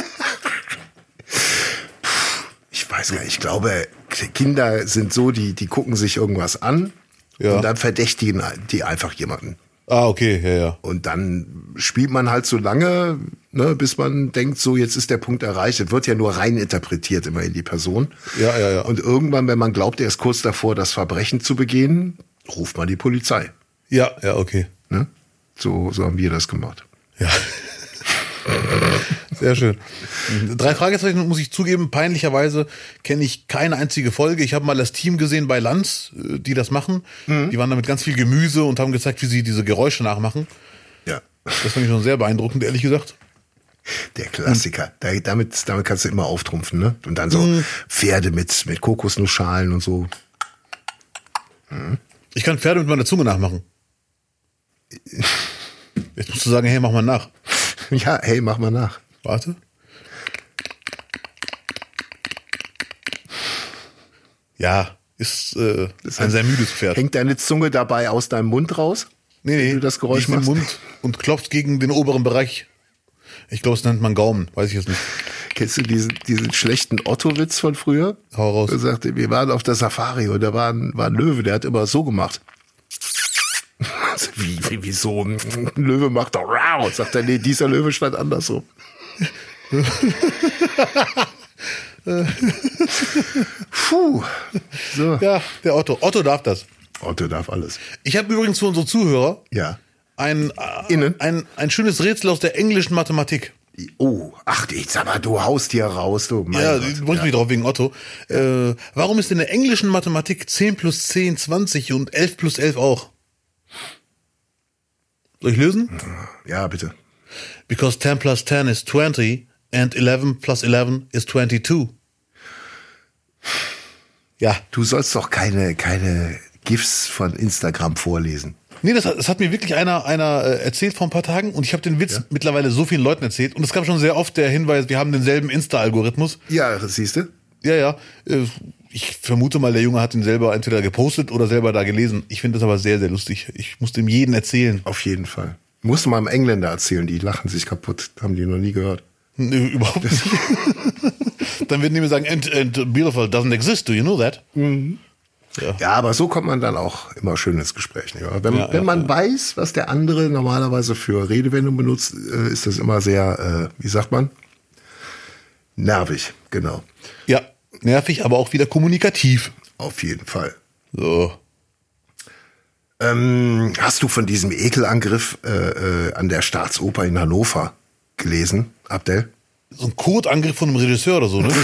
Ich weiß gar nicht, ich glaube, Kinder sind so, die, die gucken sich irgendwas an Ja. und dann verdächtigen die einfach jemanden. Ah, okay, ja, ja. Und dann spielt man halt so lange, ne, bis man denkt, so jetzt ist der Punkt erreicht. Es wird ja nur rein interpretiert immer in die Person. Ja, ja, ja. Und irgendwann, wenn man glaubt, er ist kurz davor, das Verbrechen zu begehen, ruft man die Polizei. Ja, ja, okay. Ne? So, so haben wir das gemacht. Ja. Sehr schön. Drei Fragezeichen muss ich zugeben, peinlicherweise kenne ich keine einzige Folge. Ich habe mal das Team gesehen bei Lanz, äh, die das machen. Die waren da mit ganz viel Gemüse und haben gezeigt, wie sie diese Geräusche nachmachen. Ja. Das fand ich schon sehr beeindruckend, ehrlich gesagt. Der Klassiker. Da, damit, damit kannst du immer auftrumpfen, ne? Und dann so mhm. Pferde mit, mit Kokosnussschalen und so. Mhm. Ich kann Pferde mit meiner Zunge nachmachen. Jetzt musst du sagen, hey, mach mal nach. Ja, hey, mach mal nach. Warte. Ja, ist äh, ist ein sehr müdes Pferd. Hängt deine Zunge dabei aus deinem Mund raus? Nee, nee, du das Geräusch die ist machst? im Mund und klopft gegen den oberen Bereich. Ich glaube, es nennt man Gaumen, weiß ich jetzt nicht. Kennst du diesen, diesen schlechten Otto-Witz von früher? Hau raus. Er sagte, wir waren auf der Safari und da war ein, war ein Löwe, der hat immer so gemacht. Wie, wie, wie so? Ein Löwe macht doch rau. Sagt er, nee, dieser Löwe stand andersrum. Puh. So. Ja, der Otto. Otto darf das. Otto darf alles. Ich habe übrigens für unsere Zuhörer ja. ein, äh, ein, ein schönes Rätsel aus der englischen Mathematik. Oh, ach, ich sag mal, du haust hier raus, du. Mein ja, Gott. du bringst ja. mich drauf wegen Otto. Äh, warum ist in der englischen Mathematik zehn plus zehn zwanzig und elf plus elf auch? Soll ich lösen? Ja, bitte. Because ten plus ten is twenty and eleven plus eleven is twenty-two. Ja. Du sollst doch keine, keine GIFs von Instagram vorlesen. Nee, das hat, das hat mir wirklich einer, einer äh, erzählt vor ein paar Tagen und ich habe den Witz ja. mittlerweile so vielen Leuten erzählt und es gab schon sehr oft der Hinweis, wir haben denselben Insta-Algorithmus. Ja, das siehst du. Ja, ja. Äh, ich vermute mal, der Junge hat ihn selber entweder gepostet oder selber da gelesen. Ich finde das aber sehr, sehr lustig. Ich muss dem jeden erzählen. Auf jeden Fall. Musst du mal einem Engländer erzählen, die lachen sich kaputt. Haben die noch nie gehört. Nee, überhaupt nicht. Dann werden die mir sagen, and, and Bielefeld doesn't exist, do you know that? Mhm. Ja. ja, aber so kommt man dann auch immer schön ins Gespräch. Nicht wahr? Wenn, ja, wenn ja, man ja. weiß, was der andere normalerweise für Redewendung benutzt, ist das immer sehr, äh, wie sagt man? Nervig, genau. Ja, nervig, aber auch wieder kommunikativ. Auf jeden Fall. So. Ähm, hast du von diesem Ekelangriff äh, äh, an der Staatsoper in Hannover gelesen, Abdel? So ein Kotangriff von einem Regisseur oder so, ne?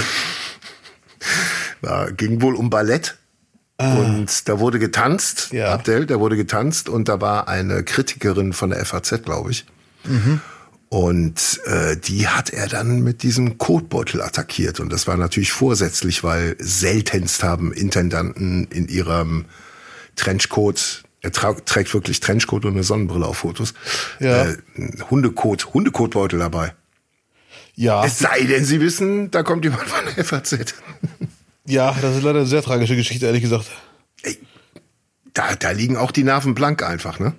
Ja, ging wohl um Ballett. Ah. Und da wurde getanzt, ja. Abdel, da wurde getanzt und da war eine Kritikerin von der F A Z, glaube ich. Mhm. Und äh, die hat er dann mit diesem Kotbeutel attackiert. Und das war natürlich vorsätzlich, weil seltenst haben Intendanten in ihrem Trenchcoat, er tra- trägt wirklich Trenchcoat und eine Sonnenbrille auf Fotos, ja. äh, Hundekot, Hundekotbeutel dabei. Ja. Es sei denn, sie wissen, da kommt jemand von der F A Z. Ja, das ist leider eine sehr tragische Geschichte, ehrlich gesagt. Ey, da, da liegen auch die Nerven blank einfach, ne?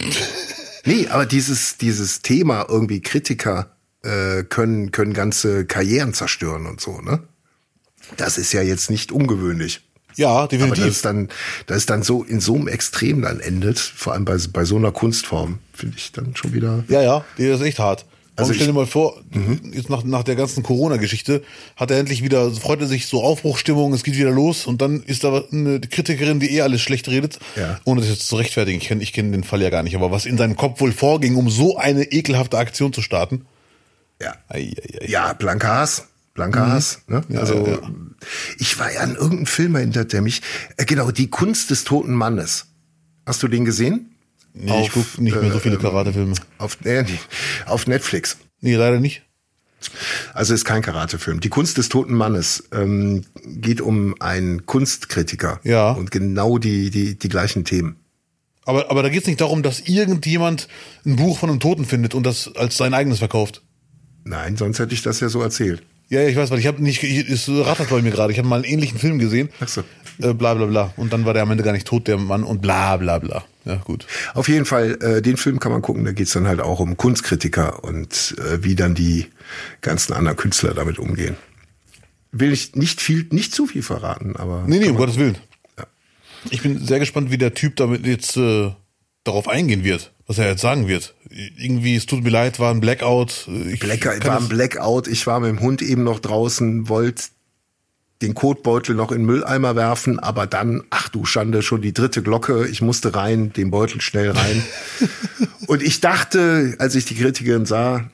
Nee, aber dieses, dieses Thema irgendwie Kritiker äh, können, können ganze Karrieren zerstören und so, ne? Das ist ja jetzt nicht ungewöhnlich. Ja, definitiv. Aber das ist dann, das ist dann so in so einem Extrem dann endet, vor allem bei, bei so einer Kunstform, finde ich dann schon wieder. Ja, ja, die ist echt hart. Also stell dir mal vor, mhm. jetzt nach, nach der ganzen Corona-Geschichte hat er endlich wieder, freut er sich so Aufbruchstimmung, es geht wieder los und dann ist da eine Kritikerin, die eh alles schlecht redet, ja. ohne das jetzt zu rechtfertigen. Ich kenne ich kenn den Fall ja gar nicht, aber was in seinem Kopf wohl vorging, um so eine ekelhafte Aktion zu starten. Ja, ei, ei, ei. Ja, blanker Hass. Blanker mhm. Hass. Ne? Ja, also ja, ja. ich war ja an irgendeinem Film erinnert, der mich, äh, genau, die Kunst des toten Mannes. Hast du den gesehen? Nee, auf, ich gucke nicht mehr so viele Karatefilme. Auf, äh, auf Netflix. Nee, leider nicht. Also ist kein Karatefilm. Die Kunst des toten Mannes ähm, geht um einen Kunstkritiker. Ja. Und genau die, die, die gleichen Themen. Aber, aber da geht's nicht darum, dass irgendjemand ein Buch von einem Toten findet und das als sein eigenes verkauft. Nein, sonst hätte ich das ja so erzählt. Ja, ja, ich weiß, weil ich habe nicht, es rattert bei mir gerade. Ich habe mal einen ähnlichen Film gesehen. Ach so. Äh, bla bla bla. Und dann war der am Ende gar nicht tot, der Mann, und bla bla bla. Ja, gut. Auf jeden Fall, äh, den Film kann man gucken, da geht's dann halt auch um Kunstkritiker und äh, wie dann die ganzen anderen Künstler damit umgehen. Will ich nicht viel, nicht zu viel verraten, aber. Nee, nee, um Gottes Willen. Ja. Ich bin sehr gespannt, wie der Typ damit jetzt äh, darauf eingehen wird, was er jetzt sagen wird. Irgendwie, es tut mir leid, war ein Blackout. Ich Blackout war ein Blackout. Ich war mit dem Hund eben noch draußen, wollte den Kotbeutel noch in den Mülleimer werfen, aber dann, ach du Schande, schon die dritte Glocke. Ich musste rein, den Beutel schnell rein. Und ich dachte, als ich die Kritikerin sah,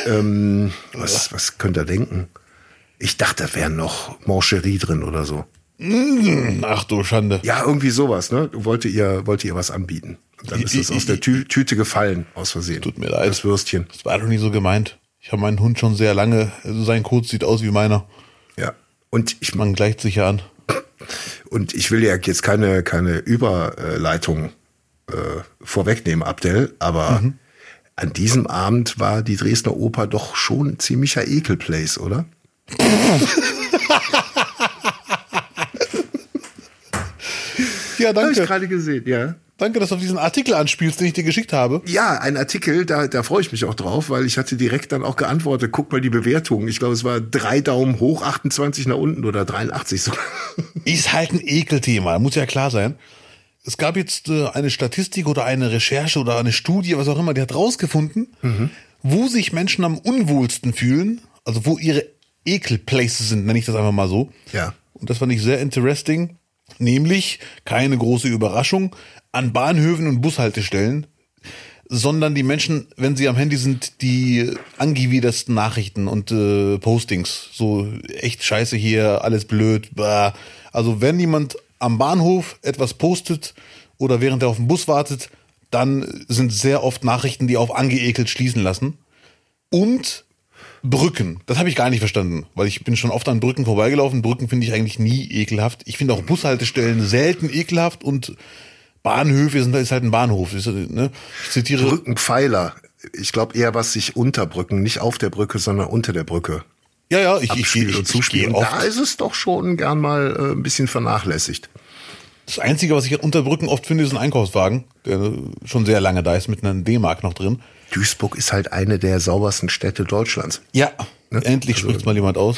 ähm, was, was könnte er denken? Ich dachte, da wäre noch Mancherie drin oder so. Ach du Schande. Ja, irgendwie sowas, ne? Wollte ihr, wollte ihr was anbieten. Und dann ist es aus der Tü- Tüte gefallen, aus Versehen. Tut mir leid. Das Würstchen. Das war doch nie so gemeint. Ich habe meinen Hund schon sehr lange. Also sein Kot sieht aus wie meiner. Ja. Und ich, Man gleicht sich ja an. und ich will ja jetzt keine, keine Überleitung äh, vorwegnehmen, Abdel, aber mhm. an diesem Abend war die Dresdner Oper doch schon ein ziemlicher Ekelplace, oder? Ja, danke. Habe ich gerade gesehen, ja. Danke, dass du auf diesen Artikel anspielst, den ich dir geschickt habe. Ja, ein Artikel, da, da freue ich mich auch drauf, weil ich hatte direkt dann auch geantwortet, guck mal die Bewertung. Ich glaube, es war drei Daumen hoch, achtundzwanzig nach unten oder dreiundachtzig sogar. Ist halt ein Ekelthema, muss ja klar sein. Es gab jetzt äh, eine Statistik oder eine Recherche oder eine Studie, was auch immer, die hat rausgefunden, mhm. wo sich Menschen am unwohlsten fühlen, also wo ihre Ekelplaces sind, nenne ich das einfach mal so. Ja. Und das fand ich sehr interesting, nämlich keine große Überraschung, an Bahnhöfen und Bushaltestellen, sondern die Menschen, wenn sie am Handy sind, die angewidersten Nachrichten und äh, Postings, so echt scheiße hier, alles blöd, bah. Also wenn jemand am Bahnhof etwas postet oder während er auf den Bus wartet, dann sind sehr oft Nachrichten, die auf angeekelt schließen lassen. Und Brücken, das habe ich gar nicht verstanden, weil ich bin schon oft an Brücken vorbeigelaufen. Brücken finde ich eigentlich nie ekelhaft. Ich finde auch Bushaltestellen selten ekelhaft und Bahnhöfe sind, ist halt ein Bahnhof. Ist, ne? Ich zitiere. Brückenpfeiler. Ich glaube eher, was sich unter Brücken, nicht auf der Brücke, sondern unter der Brücke. Ja, ja, ich, ich, ich, ich, und zuspielen. ich oft. Da ist es doch schon gern mal äh, ein bisschen vernachlässigt. Das Einzige, was ich unter Brücken oft finde, ist ein Einkaufswagen, der schon sehr lange da ist, mit einer D-Mark noch drin. Duisburg ist halt eine der saubersten Städte Deutschlands. Ja, ne? Endlich also, spricht's mal jemand aus.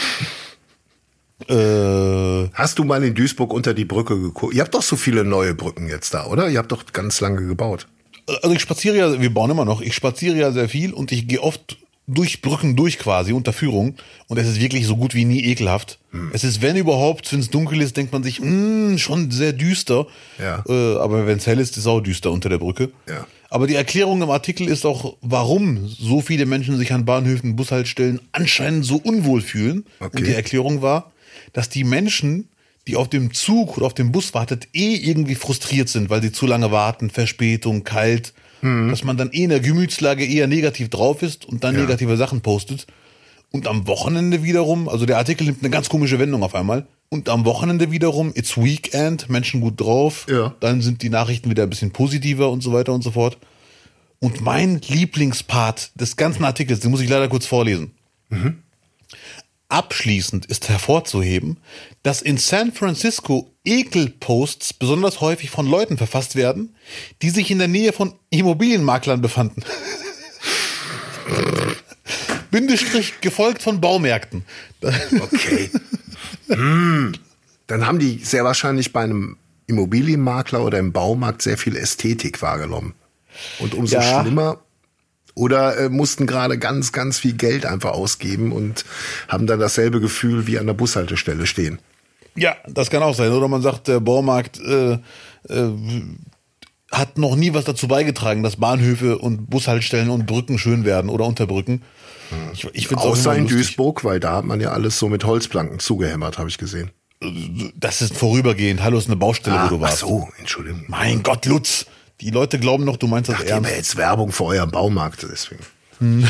Äh, Hast du mal in Duisburg unter die Brücke geguckt? Ihr habt doch so viele neue Brücken jetzt da, oder? Ihr habt doch ganz lange gebaut. Also ich spaziere ja, wir bauen immer noch, ich spaziere ja sehr viel und ich gehe oft durch Brücken durch quasi, unter Führung. Und es ist wirklich so gut wie nie ekelhaft. Hm. Es ist, wenn überhaupt, wenn es dunkel ist, denkt man sich, mh, schon sehr düster. Ja. Äh, aber wenn es hell ist, ist es auch düster unter der Brücke. Ja. Aber die Erklärung im Artikel ist auch, warum so viele Menschen sich an Bahnhöfen, Bushaltestellen anscheinend so unwohl fühlen. Okay. Und die Erklärung war, dass die Menschen, die auf dem Zug oder auf dem Bus wartet, eh irgendwie frustriert sind, weil sie zu lange warten, Verspätung, kalt, mhm. dass man dann eh in der Gemütslage eher negativ drauf ist und dann ja. negative Sachen postet. Und am Wochenende wiederum, also der Artikel nimmt eine ganz komische Wendung auf einmal, und am Wochenende wiederum, it's Weekend, Menschen gut drauf, ja. dann sind die Nachrichten wieder ein bisschen positiver und so weiter und so fort. Und mein Lieblingspart des ganzen Artikels, den muss ich leider kurz vorlesen. Mhm. Abschließend ist hervorzuheben, dass in San Francisco Ekelposts besonders häufig von Leuten verfasst werden, die sich in der Nähe von Immobilienmaklern befanden. Bindestrich gefolgt von Baumärkten. Okay. hm. Dann haben die sehr wahrscheinlich bei einem Immobilienmakler oder im Baumarkt sehr viel Ästhetik wahrgenommen. Und umso ja. schlimmer. Oder äh, mussten gerade ganz, ganz viel Geld einfach ausgeben und haben dann dasselbe Gefühl wie an der Bushaltestelle stehen. Ja, das kann auch sein. Oder man sagt, der Baumarkt äh, äh, hat noch nie was dazu beigetragen, dass Bahnhöfe und Bushaltestellen und Brücken schön werden oder Unterbrücken. Ich, ich find's Außer auch in lustig. Duisburg, weil da hat man ja alles so mit Holzplanken zugehämmert, habe ich gesehen. Das ist vorübergehend. Hallo, ist eine Baustelle, ah, wo du warst. Ach so, Entschuldigung. Mein Gott, Lutz. Die Leute glauben noch, du meinst das ernst. ernst. Ich jetzt Werbung für euren Baumarkt, deswegen. Hm.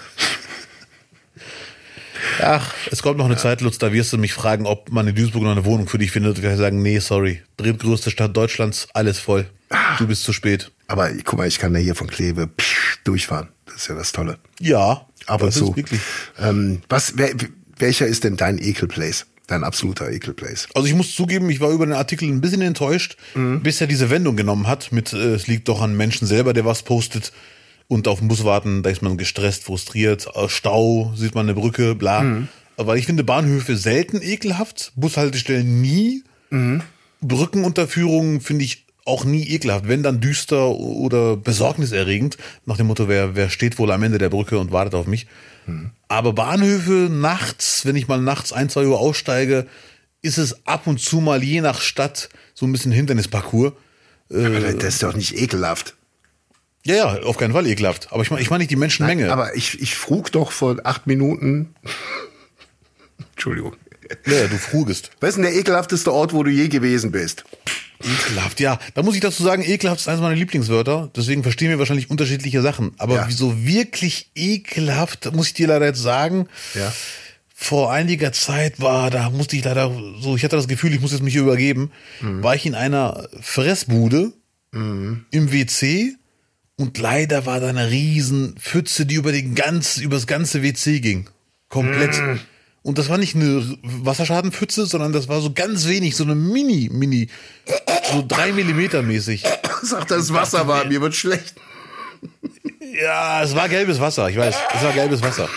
Ach, es kommt noch eine ja. Zeit, Lutz, da wirst du mich fragen, ob man in Duisburg noch eine Wohnung für dich findet. Und wir sagen, nee, sorry. Drittgrößte Stadt Deutschlands, alles voll. Du bist zu spät. Aber guck mal, ich kann ja hier von Kleve psch, durchfahren. Das ist ja das Tolle. Ja, aber das so. Ist wirklich. Ähm, was, wer, welcher ist denn dein Ekelplace? Dein absoluter Ekelplace? Also ich muss zugeben, ich war über den Artikel ein bisschen enttäuscht, mhm. bis er diese Wendung genommen hat mit, äh, es liegt doch an Menschen selber, der was postet. Und auf den Bus warten, da ist man gestresst, frustriert. Stau, sieht man eine Brücke, bla. Mhm. Aber ich finde Bahnhöfe selten ekelhaft, Bushaltestellen nie. Mhm. Brückenunterführungen finde ich auch nie ekelhaft, wenn dann düster oder besorgniserregend, nach dem Motto, wer, wer steht wohl am Ende der Brücke und wartet auf mich. Mhm. Aber Bahnhöfe nachts, wenn ich mal nachts ein, zwei Uhr aussteige, ist es ab und zu mal je nach Stadt so ein bisschen Hindernisparcours. Aber äh, das ist doch nicht ekelhaft. Ja, ja, auf keinen Fall ekelhaft. Aber ich meine ich mein nicht die Menschenmenge. Nein, aber ich, ich frug doch vor acht Minuten, Entschuldigung, Ja, du frugest. Was ist denn der ekelhafteste Ort, wo du je gewesen bist? Ekelhaft, ja. Da muss ich dazu sagen, ekelhaft ist eines meiner Lieblingswörter. Deswegen verstehen wir wahrscheinlich unterschiedliche Sachen. Aber Ja. so wirklich ekelhaft, muss ich dir leider jetzt sagen. Ja. Vor einiger Zeit war, da musste ich leider so, ich hatte das Gefühl, ich muss jetzt mich übergeben, mhm. war ich in einer Fressbude mhm. im W C und leider war da eine riesen Pfütze, die über den ganz, über das ganze W C ging. Komplett. Mhm. Und das war nicht eine Wasserschadenpfütze, sondern das war so ganz wenig, so eine Mini, Mini, so drei Millimeter mäßig. Sag, das Wasser war, mir wird schlecht. Ja, es war gelbes Wasser, ich weiß, es war gelbes Wasser.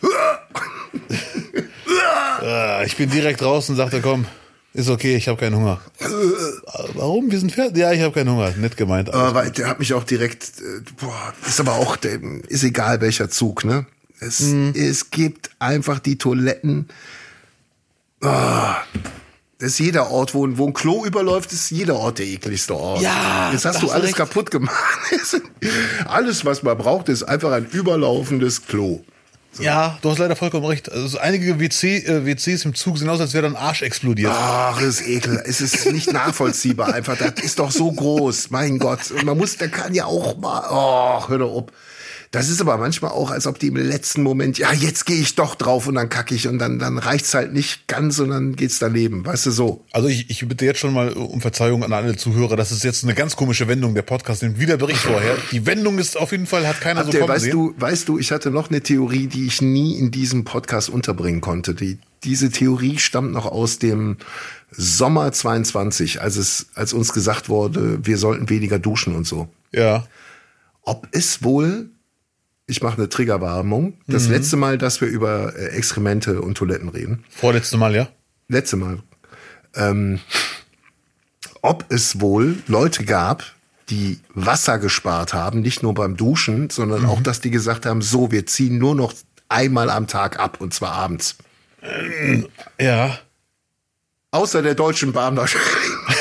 Ich bin direkt raus und sagte, komm, ist okay, ich habe keinen Hunger. Warum? Wir sind fertig. Ja, ich habe keinen Hunger. Nett gemeint. Aber der hat mich auch direkt, boah, ist aber auch, der, ist egal welcher Zug, ne? Es, mhm. es gibt einfach die Toiletten. Oh, das ist jeder Ort, wo, wo ein Klo überläuft, ist jeder Ort der ekligste Ort. Ja, jetzt hast du alles recht. Kaputt gemacht. Alles, was man braucht, ist einfach ein überlaufendes Klo. So. Ja, du hast leider vollkommen recht. Also einige W C, äh, W Cs im Zug sehen aus, als wäre da ein Arsch explodiert. Ach, das ist ekel. Es ist nicht nachvollziehbar einfach. Das ist doch so groß. Mein Gott. Und man muss, der kann ja auch mal, oh, hör doch auf. Das ist aber manchmal auch, als ob die im letzten Moment, ja, jetzt gehe ich doch drauf und dann kacke ich und dann, dann reicht's halt nicht ganz und dann geht's daneben, weißt du, so. Also ich, ich bitte jetzt schon mal um Verzeihung an alle Zuhörer, das ist jetzt eine ganz komische Wendung, der Podcast nimmt wieder Bericht vorher. Die Wendung ist auf jeden Fall, hat keiner Habt so ihr, kommen weißt sehen. du, weißt du, ich hatte noch eine Theorie, die ich nie in diesem Podcast unterbringen konnte. Die, diese Theorie stammt noch aus dem Sommer zweiundzwanzig, als es, als uns gesagt wurde, wir sollten weniger duschen und so. Ja. Ob es wohl, ich mache eine Triggerwarnung, das mhm. letzte Mal, dass wir über äh, Exkremente und Toiletten reden. Vorletzte Mal, ja? Letzte Mal. Ähm, ob es wohl Leute gab, die Wasser gespart haben, nicht nur beim Duschen, sondern mhm. auch, dass die gesagt haben, so, wir ziehen nur noch einmal am Tag ab, und zwar abends. Ähm, ja. Außer der Deutschen Bahn wahrscheinlich.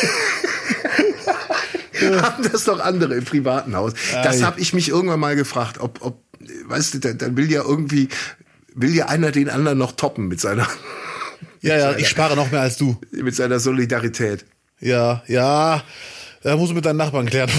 Haben das doch andere im privaten Haus. Das habe ich mich irgendwann mal gefragt, ob, ob weißt du, dann, dann will ja irgendwie, will ja einer den anderen noch toppen mit seiner. Ja, ja, seiner, ich spare noch mehr als du. Mit seiner Solidarität. Ja, ja, da musst du mit deinen Nachbarn klären.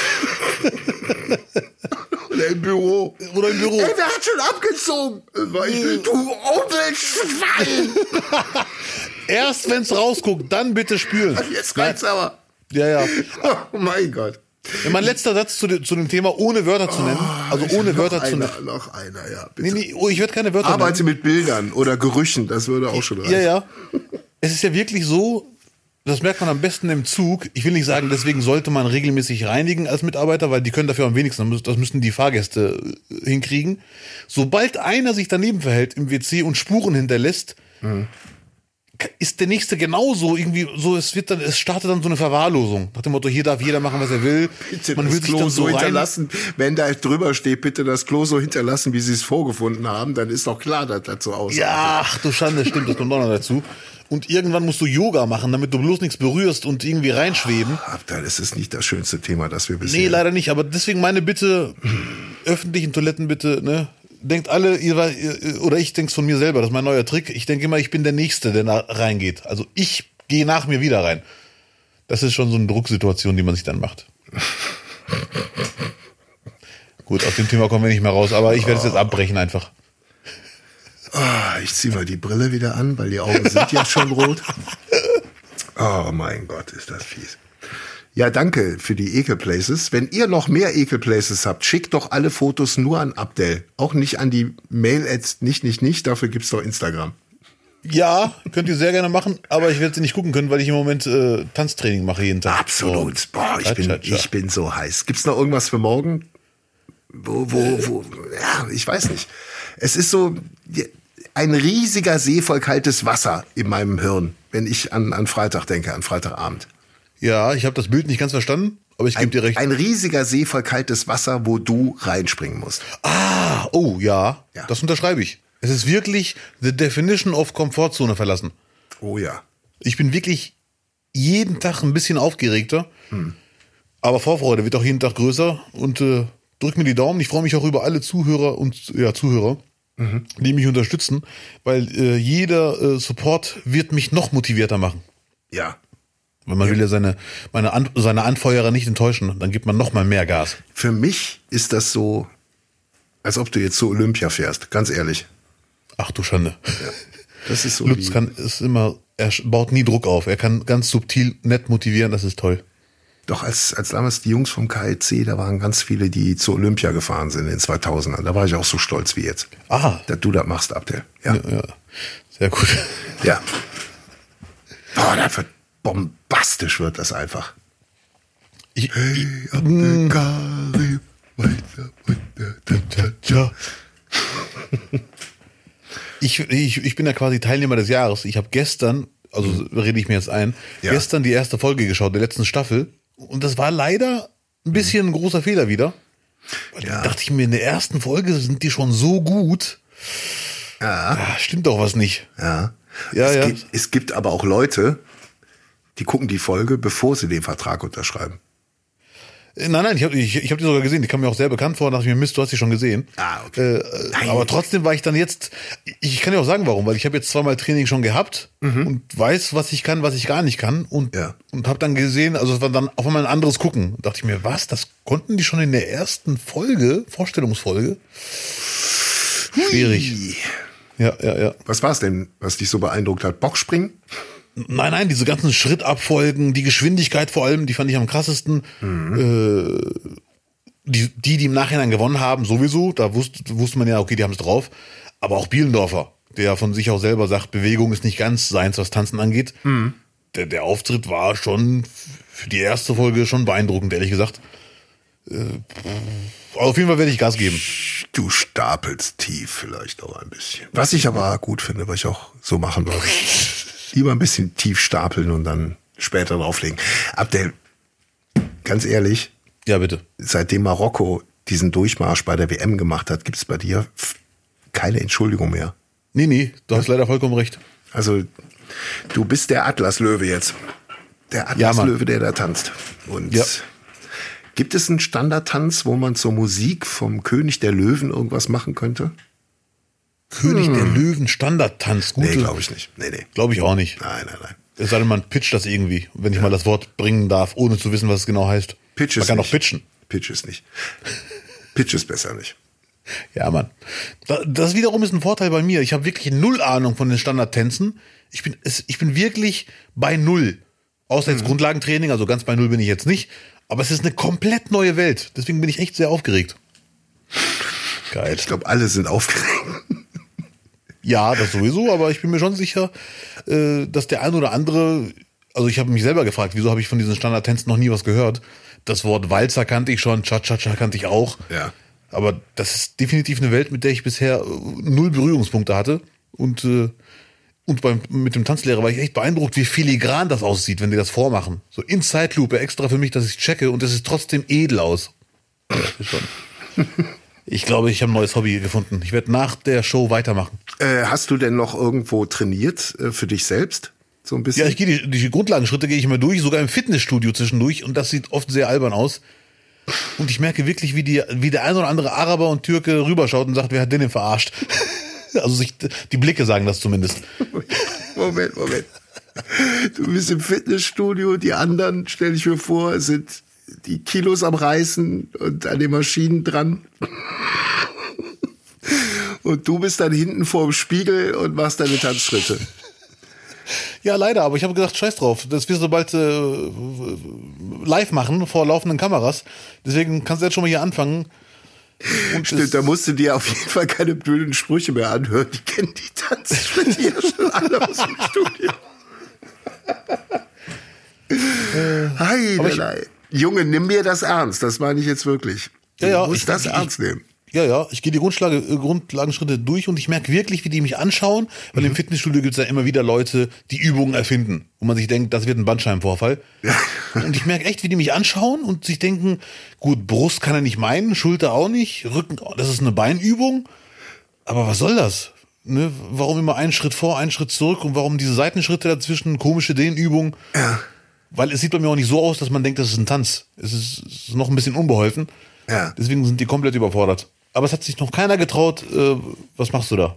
Oder im Büro. Oder im Büro. Ey, wer hat schon abgezogen? Ich, du Umweltschwein! Erst wenn's rausguckt, dann bitte spülen. Jetzt reicht's aber. Ja, ja. Oh mein Gott. Ja, mein letzter Satz zu, de, zu dem Thema, ohne Wörter zu nennen. Also ohne Wörter einer, zu nennen. Noch einer, ja. Bitte. Nee, nee, oh, ich werde keine Wörter Arbeite nennen. mit Bildern oder Gerüchen, das würde auch schon reichen. Ja, ja. Es ist ja wirklich so, das merkt man am besten im Zug. Ich will nicht sagen, deswegen sollte man regelmäßig reinigen als Mitarbeiter, weil die können dafür am wenigsten, das müssen die Fahrgäste hinkriegen. Sobald einer sich daneben verhält im W C und Spuren hinterlässt, mhm. ist der nächste genauso irgendwie so, es wird dann, es startet dann so eine Verwahrlosung. Nach dem Motto, hier darf jeder machen, was er will. Bitte Man das will Klo sich dann so so hinterlassen, wenn da drüber steht, bitte das Klo so hinterlassen, wie sie es vorgefunden haben, dann ist doch klar, dass das so aussieht. Ja, ach du Schande, stimmt, das kommt auch noch dazu. Und irgendwann musst du Yoga machen, damit du bloß nichts berührst und irgendwie reinschweben. Ach, das ist nicht das schönste Thema, das wir bisher... Nee, leider nicht, aber deswegen meine Bitte, öffentlichen Toiletten bitte, ne? Denkt alle, ihr, oder ich denk's von mir selber, das ist mein neuer Trick. Ich denke immer, ich bin der Nächste, der da reingeht. Also ich gehe nach mir wieder rein. Das ist schon so eine Drucksituation, die man sich dann macht. Gut, aus dem Thema kommen wir nicht mehr raus, aber ich werde es jetzt abbrechen einfach. Oh, ich ziehe mal die Brille wieder an, weil die Augen sind ja schon rot. Oh mein Gott, ist das fies. Ja, danke für die Ekelplaces. Wenn ihr noch mehr Ekelplaces habt, schickt doch alle Fotos nur an Abdel. Auch nicht an die Mail at nicht, nicht, nicht. Dafür gibt's doch Instagram. Ja, könnt ihr sehr gerne machen, aber ich werde sie nicht gucken können, weil ich im Moment äh, Tanztraining mache jeden Tag. Absolut. Boah, ich bin, ich bin so heiß. Gibt's noch irgendwas für morgen? Wo, wo, wo? Ja, ich weiß nicht. Es ist so ein riesiger See voll kaltes Wasser in meinem Hirn, wenn ich an, an Freitag denke, an Freitagabend. Ja, ich habe das Bild nicht ganz verstanden, aber ich gebe dir recht. Ein riesiger See voll kaltes Wasser, wo du reinspringen musst. Ah, oh ja, ja. Das unterschreibe ich. Es ist wirklich the definition of Komfortzone verlassen. Oh ja. Ich bin wirklich jeden Tag ein bisschen aufgeregter, hm. aber Vorfreude wird auch jeden Tag größer und äh, drück mir die Daumen. Ich freue mich auch über alle Zuhörer und ja Zuhörer, Mhm. die mich unterstützen, weil äh, jeder äh, Support wird mich noch motivierter machen. Ja. Weil man will ja seine, meine An seine Anfeuerer nicht enttäuschen, dann gibt man noch mal mehr Gas. Für mich ist das so, als ob du jetzt zu Olympia fährst, ganz ehrlich. Ach du Schande. Ja. Das ist so. Lutz kann ist immer, er baut nie Druck auf. Er kann ganz subtil, nett motivieren, das ist toll. Doch, als, als damals die Jungs vom K I C, da waren ganz viele, die zu Olympia gefahren sind in den zweitausendern. Da war ich auch so stolz wie jetzt. Ah. Dass du das machst, Abdel. Ja. Ja, ja. Sehr gut. Ja. Boah, das wird bombastisch, wird das einfach. Ich, Hey, Abdel Karim, weiter, weiter, ja. ich, ich, ich bin ja quasi Teilnehmer des Jahres. Ich habe gestern, also rede ich mir jetzt ein, Ja. gestern die erste Folge geschaut, der letzten Staffel. Und das war leider ein bisschen ein großer Fehler wieder. Weil Ja. da dachte ich mir, in der ersten Folge sind die schon so gut. Ja. Ah, stimmt doch was nicht. Ja. Ja, es, ja. Gibt, es gibt aber auch Leute, die gucken die Folge, bevor sie den Vertrag unterschreiben. Äh, Nein, nein, ich habe ich, ich hab die sogar gesehen. Die kam mir auch sehr bekannt vor. Da dachte ich mir, Mist, du hast die schon gesehen. Ah, okay. Äh, Nein. aber trotzdem war ich dann jetzt, ich kann dir auch sagen, warum, weil ich habe jetzt zweimal Training schon gehabt und weiß, was ich kann, was ich gar nicht kann und, Ja. und habe dann gesehen, also es war dann auf einmal ein anderes Gucken. Da dachte ich mir, was, das konnten die schon in der ersten Folge, Vorstellungsfolge? Schwierig. Hui. Ja, ja, ja. Was war es denn, was dich so beeindruckt hat? Boxspringen? Nein, nein, diese ganzen Schrittabfolgen, die Geschwindigkeit vor allem, die fand ich am krassesten. Äh, die, die, die im Nachhinein gewonnen haben, sowieso, da wusste, wusste man ja, okay, die haben es drauf. Aber auch Bielendorfer, der von sich auch selber sagt, Bewegung ist nicht ganz seins, was Tanzen angeht. Der, der Auftritt war schon für die erste Folge schon beeindruckend, ehrlich gesagt. Äh, auf jeden Fall werde ich Gas geben. Du stapelst tief vielleicht auch ein bisschen. Was ich aber gut finde, was ich auch so machen würde. Lieber ein bisschen tief stapeln und dann später drauflegen. Abdel, ganz ehrlich, Ja, bitte. seitdem Marokko diesen Durchmarsch bei der W M gemacht hat, gibt es bei dir f- keine Entschuldigung mehr. Nee, nee, du hast leider vollkommen recht. Also du bist der Atlaslöwe jetzt. Der Atlaslöwe, der da tanzt. Und Ja. gibt es einen Standardtanz, wo man zur Musik vom König der Löwen irgendwas machen könnte? König der Löwen, Standardtanz, gute. Nee, glaube ich nicht. Nee, nee. Glaube ich auch nicht. Nein, nein, nein. Es sei denn, man pitcht das irgendwie, wenn ich mal das Wort bringen darf, ohne zu wissen, was es genau heißt. Pitch man ist kann nicht. auch pitchen. Pitch ist nicht. Pitch ist besser nicht. Ja, Mann. Da- Das wiederum ist ein Vorteil bei mir. Ich habe wirklich null Ahnung von den Standardtänzen. Ich bin, es- ich bin wirklich bei null. Außer jetzt Grundlagentraining, also ganz bei null bin ich jetzt nicht. Aber es ist eine komplett neue Welt. Deswegen bin ich echt sehr aufgeregt. Geil. Ich glaube, alle sind aufgeregt. Ja, das sowieso, aber ich bin mir schon sicher, äh, dass der ein oder andere, also ich habe mich selber gefragt, wieso habe ich von diesen Standardtänzen noch nie was gehört? Das Wort Walzer kannte ich schon, Cha-Cha-Cha kannte ich auch. Ja. Aber das ist definitiv eine Welt, mit der ich bisher äh, null Berührungspunkte hatte. Und, äh, und beim, mit dem Tanzlehrer war ich echt beeindruckt, wie filigran das aussieht, wenn die das vormachen. So in Zeitlupe extra für mich, dass ich checke und es ist trotzdem edel aus. Ja, das ist schon. Ich glaube, ich habe ein neues Hobby gefunden. Ich werde nach der Show weitermachen. Äh, hast du denn noch irgendwo trainiert äh, für dich selbst? So ein bisschen? Ja, ich gehe die, die Grundlagenschritte gehe ich immer durch, sogar im Fitnessstudio zwischendurch und das sieht oft sehr albern aus. Und ich merke wirklich, wie, die, wie der ein oder andere Araber und Türke rüberschaut und sagt, wer hat den denn verarscht? Also sich, die Blicke sagen das zumindest. Moment, Moment. Du bist im Fitnessstudio, die anderen, stell ich mir vor, sind die Kilos am Reißen und an den Maschinen dran. Und du bist dann hinten vor dem Spiegel und machst deine Tanzschritte. Ja, leider, aber ich habe gesagt, scheiß drauf. Das wirst du bald äh, live machen, vor laufenden Kameras. Deswegen kannst du jetzt schon mal hier anfangen. Und es- Stimmt, da musst du dir auf jeden Fall keine blöden Sprüche mehr anhören. Die kennen die Tanzschritte ja schon alle aus dem Studio. Hi, aber ich- Junge, nimm mir das ernst. Das meine ich jetzt wirklich. Du Ja, ja, musst ich- das ich- ernst nehmen. Ja, ja, ich gehe die Grundlage, äh, Grundlagenschritte durch und ich merke wirklich, wie die mich anschauen, weil im Fitnessstudio gibt es ja immer wieder Leute, die Übungen erfinden, wo man sich denkt, das wird ein Bandscheibenvorfall. Ja. Und ich merke echt, wie die mich anschauen und sich denken, gut, Brust kann er nicht meinen, Schulter auch nicht, Rücken, das ist eine Beinübung, aber was soll das? Ne? Warum immer einen Schritt vor, einen Schritt zurück und warum diese Seitenschritte dazwischen, komische Dehnübungen? Ja. Weil es sieht bei mir auch nicht so aus, dass man denkt, das ist ein Tanz. Es ist, es ist noch ein bisschen unbeholfen. Ja. Deswegen sind die komplett überfordert. aber es hat sich noch keiner getraut. Äh, was machst du da?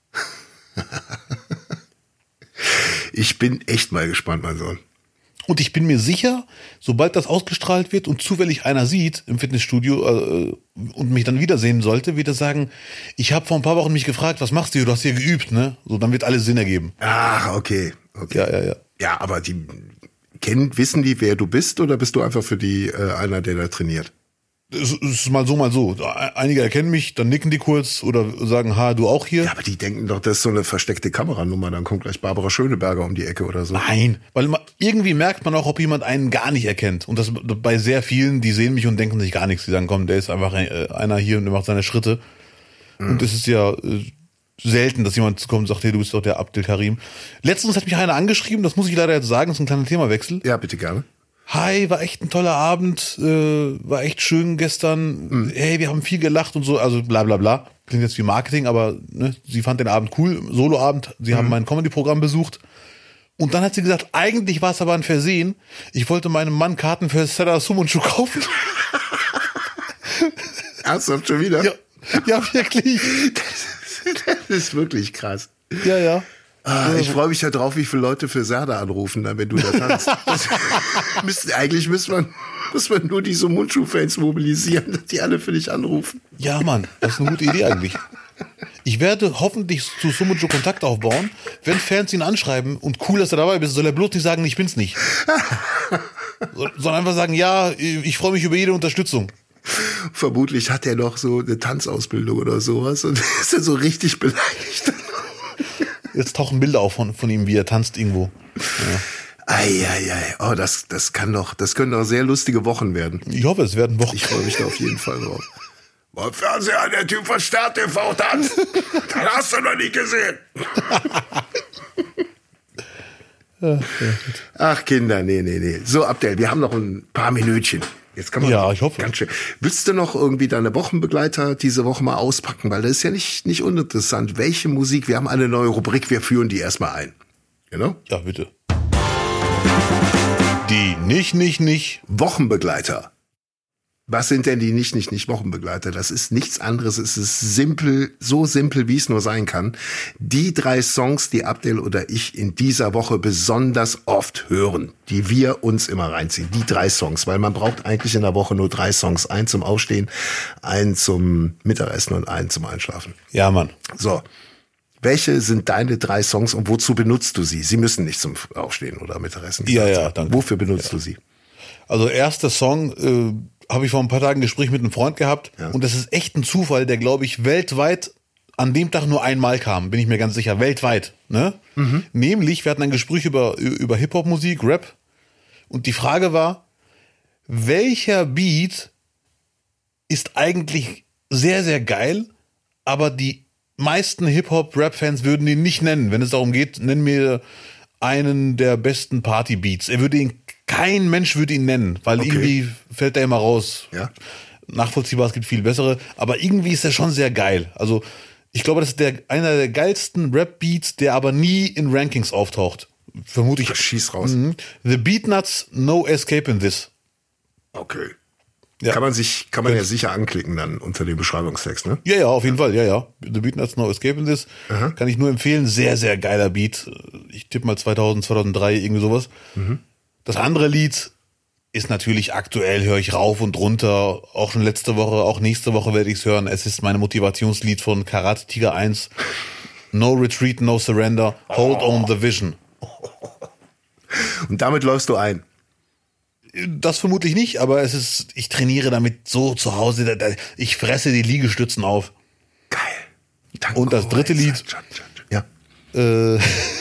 Ich bin echt mal gespannt, mein Sohn. Und ich bin mir sicher, sobald das ausgestrahlt wird und zufällig einer sieht im Fitnessstudio äh, und mich dann wiedersehen sollte, wird er sagen, ich habe vor ein paar Wochen mich gefragt, was machst du hier? Du hast hier geübt, ne? So, dann wird alles Sinn ergeben. Ah, okay. okay. Ja, ja, ja. Ja, aber die kennen, wissen die, wer du bist, oder bist du einfach für die äh, einer, der da trainiert? Es ist mal so, mal so. Einige erkennen mich, dann nicken die kurz oder sagen, ha, du auch hier? Ja, aber die denken doch, das ist so eine versteckte Kameranummer, dann kommt gleich Barbara Schöneberger um die Ecke oder so. Nein, weil man, irgendwie merkt man auch, ob jemand einen gar nicht erkennt. Und das bei sehr vielen, die sehen mich und denken sich gar nichts. Die sagen, komm, der ist einfach einer hier und der macht seine Schritte. Mhm. Und es ist ja äh, selten, dass jemand kommt und sagt, hey, du bist doch der Abdel Karim. Letztens hat mich einer angeschrieben, das muss ich leider jetzt sagen, das ist ein kleiner Themawechsel. Ja, bitte gerne. Hi, war echt ein toller Abend, äh, war echt schön gestern, mhm. Hey, wir haben viel gelacht und so, also bla bla bla. Klingt jetzt wie Marketing, aber ne, sie fand den Abend cool, Soloabend, sie mhm. haben mein Comedy-Programm besucht. Und dann hat sie gesagt, eigentlich war es aber ein Versehen, ich wollte meinem Mann Karten für Serdar Somuncu kaufen. Ernsthaft schon wieder? Ja, ja wirklich. Das, das ist wirklich krass. Ja, ja. Ah, ich freue mich ja drauf, wie viele Leute für Serdar anrufen, dann, wenn du da tanzt. Das, müsst, eigentlich muss man, muss man nur die Somuncu-Fans mobilisieren, dass die alle für dich anrufen. Ja, Mann, das ist eine gute Idee eigentlich. Ich werde hoffentlich zu Somuncu Kontakt aufbauen. Wenn Fans ihn anschreiben und cool, dass er dabei bist, soll er bloß nicht sagen, ich bin's nicht. Sondern einfach sagen, ja, ich freue mich über jede Unterstützung. Vermutlich hat er noch so eine Tanzausbildung oder sowas und ist dann so richtig beleidigt. Jetzt tauchen Bilder auf von, von ihm, wie er tanzt irgendwo. Ja. Eieiei, oh, das, das kann doch, das können doch sehr lustige Wochen werden. Ich hoffe, es werden Wochen. Ich freue mich da auf jeden Fall drauf. Beim Fernseher, der Typ von Stern T V tanzt. Das hast du noch nicht gesehen. Ach, Kinder, nee, nee, nee. So, Abdel, wir haben noch ein paar Minütchen. Jetzt kann man ja, ich hoffe. Ganz schön. Willst du noch irgendwie deine Wochenbegleiter diese Woche mal auspacken? Weil das ist ja nicht, nicht uninteressant. Welche Musik? Wir haben eine neue Rubrik, wir führen die erstmal ein. Genau? Ja, bitte. Die nicht, nicht, nicht. Wochenbegleiter. Was sind denn die nicht, nicht, nicht Wochenbegleiter? Das ist nichts anderes. Es ist simpel, so simpel, wie es nur sein kann. Die drei Songs, die Abdel oder ich in dieser Woche besonders oft hören, die wir uns immer reinziehen. Die drei Songs, weil man braucht eigentlich in der Woche nur drei Songs. Einen zum Aufstehen, einen zum Mittagessen und einen zum Einschlafen. Ja, Mann. So. Welche sind deine drei Songs und wozu benutzt du sie? Sie müssen nicht zum Aufstehen oder Mittagessen. Ja, ja, danke. Wofür benutzt ja. du sie? Also erster Song, äh, habe ich vor ein paar Tagen ein Gespräch mit einem Freund gehabt. Ja. Und das ist echt ein Zufall, der, glaube ich, weltweit an dem Tag nur einmal kam, bin ich mir ganz sicher, weltweit. Ne? Mhm. Nämlich, wir hatten ein Gespräch über, über Hip-Hop-Musik, Rap. Und die Frage war, welcher Beat ist eigentlich sehr, sehr geil, aber die meisten Hip-Hop-Rap-Fans würden ihn nicht nennen. Wenn es darum geht, nenn mir einen der besten Party-Beats. Er würde ihn Kein Mensch würde ihn nennen, weil okay. irgendwie fällt er immer raus. Ja. Nachvollziehbar, es gibt viel bessere, aber irgendwie ist er schon sehr geil. Also ich glaube, das ist der, einer der geilsten Rap-Beats, der aber nie in Rankings auftaucht. Vermute ich. Schieß raus. Mhm. The Beatnuts, No Escape in This. Okay. Ja. Kann man sich, kann man ja. ja sicher anklicken dann unter dem Beschreibungstext, ne? Ja, ja, auf jeden Fall, ja, ja. The Beatnuts, No Escape in This. Aha. Kann ich nur empfehlen. Sehr, sehr geiler Beat. Ich tippe mal zweitausend, zweitausenddrei, irgendwie sowas. Mhm. Das andere Lied ist natürlich aktuell, höre ich rauf und runter, auch schon letzte Woche, auch nächste Woche werde ich es hören. Es ist mein Motivationslied von Karate Tiger eins. No Retreat, No Surrender, Hold oh. on the Vision. Und damit läufst du ein? Das vermutlich nicht, aber es ist, ich trainiere damit so zu Hause, ich fresse die Liegestützen auf. Geil. Danke. Und das dritte Lied, ja. äh,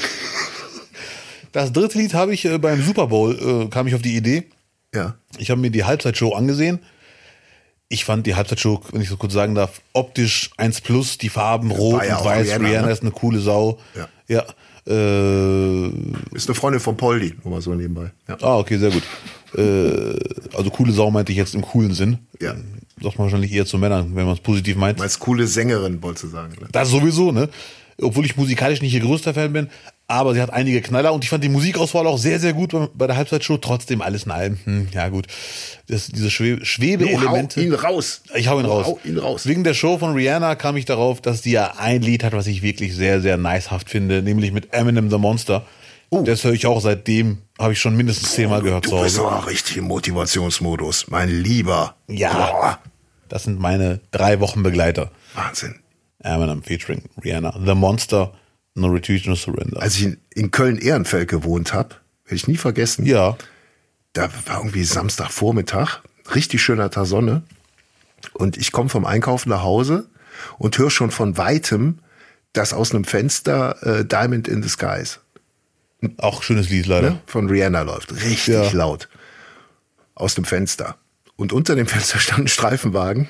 Das dritte Lied habe ich äh, beim Super Bowl, äh, kam ich auf die Idee. Ja. Ich habe mir die Halbzeitshow angesehen. Ich fand die Halbzeitshow, wenn ich so kurz sagen darf, optisch eins plus, die Farben rot ja und weiß. Rihanna, Rihanna ne? ist eine coole Sau. Ja. ja äh, ist eine Freundin von Poldi, nur mal so nebenbei. Ja. Ah, okay, sehr gut. äh, also coole Sau meinte ich jetzt im coolen Sinn. Ja. Sagt man wahrscheinlich eher zu Männern, wenn man es positiv meint. Meinst coole Sängerin, wolltest du sagen. Ne? Das sowieso, ne? obwohl ich musikalisch nicht ihr größter Fan bin, aber sie hat einige Knaller und ich fand die Musikauswahl auch sehr, sehr gut bei der Halbzeitshow. Trotzdem alles in allem, hm, ja gut, das, diese Schwebe- Schwebe-Elemente. Nee, hau ihn raus. Ich hau ihn raus. Hau ihn raus. Wegen der Show von Rihanna kam ich darauf, dass die ja ein Lied hat, was ich wirklich sehr, sehr nicehaft finde, nämlich mit Eminem The Monster. Oh. Das höre ich auch seitdem, habe ich schon mindestens zehnmal gehört Du zu bist Hause. aber richtig im Motivationsmodus, mein Lieber. Ja, Boah. das sind meine drei Wochen Begleiter. Wahnsinn. Eminem featuring Rihanna. The Monster, No Retreat, No Surrender. Als ich in, in Köln-Ehrenfeld gewohnt habe, werde ich nie vergessen. Ja. Da war irgendwie Samstagvormittag, richtig schöner Tag Sonne. Und ich komme vom Einkaufen nach Hause und höre schon von Weitem, dass aus einem Fenster äh, Diamond in the Skies, Auch schönes Lied leider. ne, von Rihanna läuft. Richtig Ja. laut. Aus dem Fenster. Und unter dem Fenster stand ein Streifenwagen.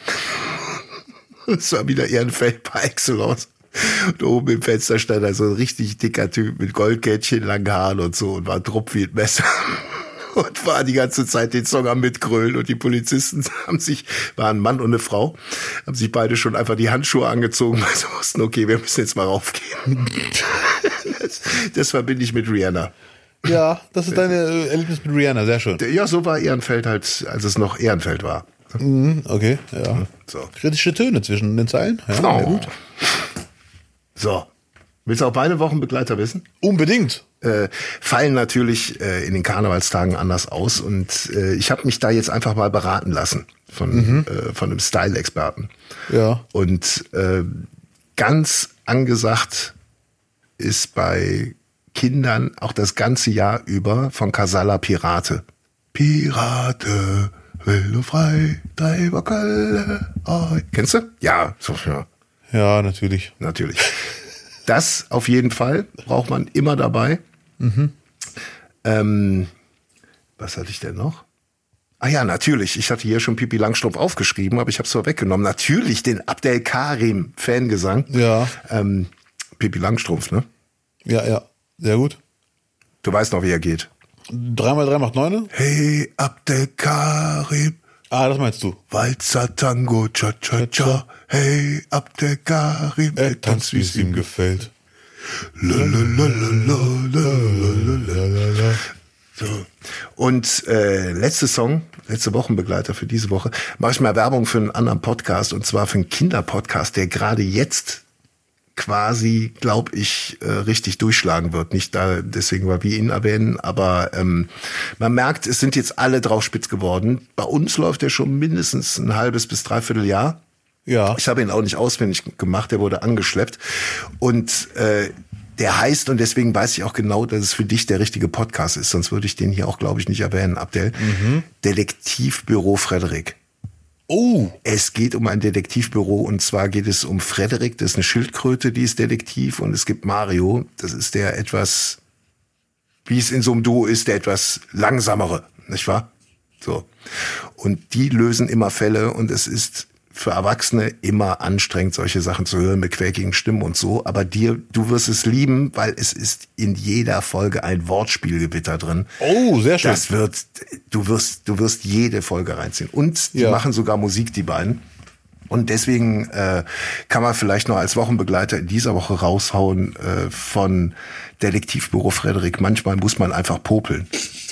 Es war wieder Ehrenfeld par excellence. Und oben im Fenster stand da so ein richtig dicker Typ mit Goldkettchen, langen Haaren und so und war Trupp wie ein Messer. Und war die ganze Zeit den Song am Mitgrölen und die Polizisten haben sich, waren ein Mann und eine Frau, haben sich beide schon einfach die Handschuhe angezogen, weil sie wussten, okay, wir müssen jetzt mal raufgehen. Das, das verbinde ich mit Rihanna. Ja, das ist deine äh, Erlebnis mit Rihanna, sehr schön. Ja, so war Ehrenfeld halt, als es noch Ehrenfeld war. Mhm, okay, ja. So. Kritische Töne zwischen den Zeilen. Ja, Oh. sehr gut. So. Willst du auch meine Wochenbegleiter wissen? Unbedingt. Äh, fallen natürlich äh, in den Karnevalstagen anders aus und äh, ich habe mich da jetzt einfach mal beraten lassen von, Mhm. äh, von einem Style-Experten. Ja. Und äh, ganz angesagt ist bei Kindern auch das ganze Jahr über von Casalla Pirate. Pirate, will frei, drei Wackerle. Oh. Kennst du? Ja, so, ja, Ja, natürlich. natürlich. Das auf jeden Fall braucht man immer dabei. Ähm, was hatte ich denn noch? Ah ja, natürlich. Ich hatte hier schon Pipi Langstrumpf aufgeschrieben, aber ich habe es zwar weggenommen. Natürlich den Abdel Karim Fangesang. Ja. Ähm, Pipi Langstrumpf, ne? Ja, ja. Sehr gut. Du weißt noch, wie er geht. Drei mal drei macht neun. Hey, Abdel Karim, Ah, das meinst du. Walzer, Tango, Cha-Cha-Cha. Hey, Abdel Karim, Er tanzt, wie es ihm gefällt. So. Und äh, letzte Song, letzte Wochenbegleiter für diese Woche, mache ich mal Werbung für einen anderen Podcast und zwar für einen Kinderpodcast, der gerade jetzt quasi, glaube ich, äh, richtig durchschlagen wird. Nicht da deswegen, weil wir ihn erwähnen, aber ähm, man merkt, es sind jetzt alle drauf spitz geworden. Bei uns läuft er schon mindestens ein halbes bis dreiviertel Jahr. Ja. Ich habe ihn auch nicht auswendig gemacht, der wurde angeschleppt. Und äh, der heißt, und deswegen weiß ich auch genau, dass es für dich der richtige Podcast ist, sonst würde ich den hier auch, glaube ich, nicht erwähnen, Abdel. Mhm. Detektivbüro Frederik. Oh. Es geht um ein Detektivbüro und zwar geht es um Frederik, das ist eine Schildkröte, die ist Detektiv und es gibt Mario, das ist der etwas, wie es in so einem Duo ist, der etwas langsamere, nicht wahr? So. Und die lösen immer Fälle und es ist für Erwachsene immer anstrengend, solche Sachen zu hören mit quäkigen Stimmen und so. Aber dir, du wirst es lieben, weil es ist in jeder Folge ein Wortspielgewitter drin. Oh, sehr schön. Das wird, du wirst, du wirst jede Folge reinziehen. Und die Ja. machen sogar Musik, die beiden. Und deswegen äh, kann man vielleicht noch als Wochenbegleiter in dieser Woche raushauen äh, von Detektivbüro Frederik. Manchmal muss man einfach popeln.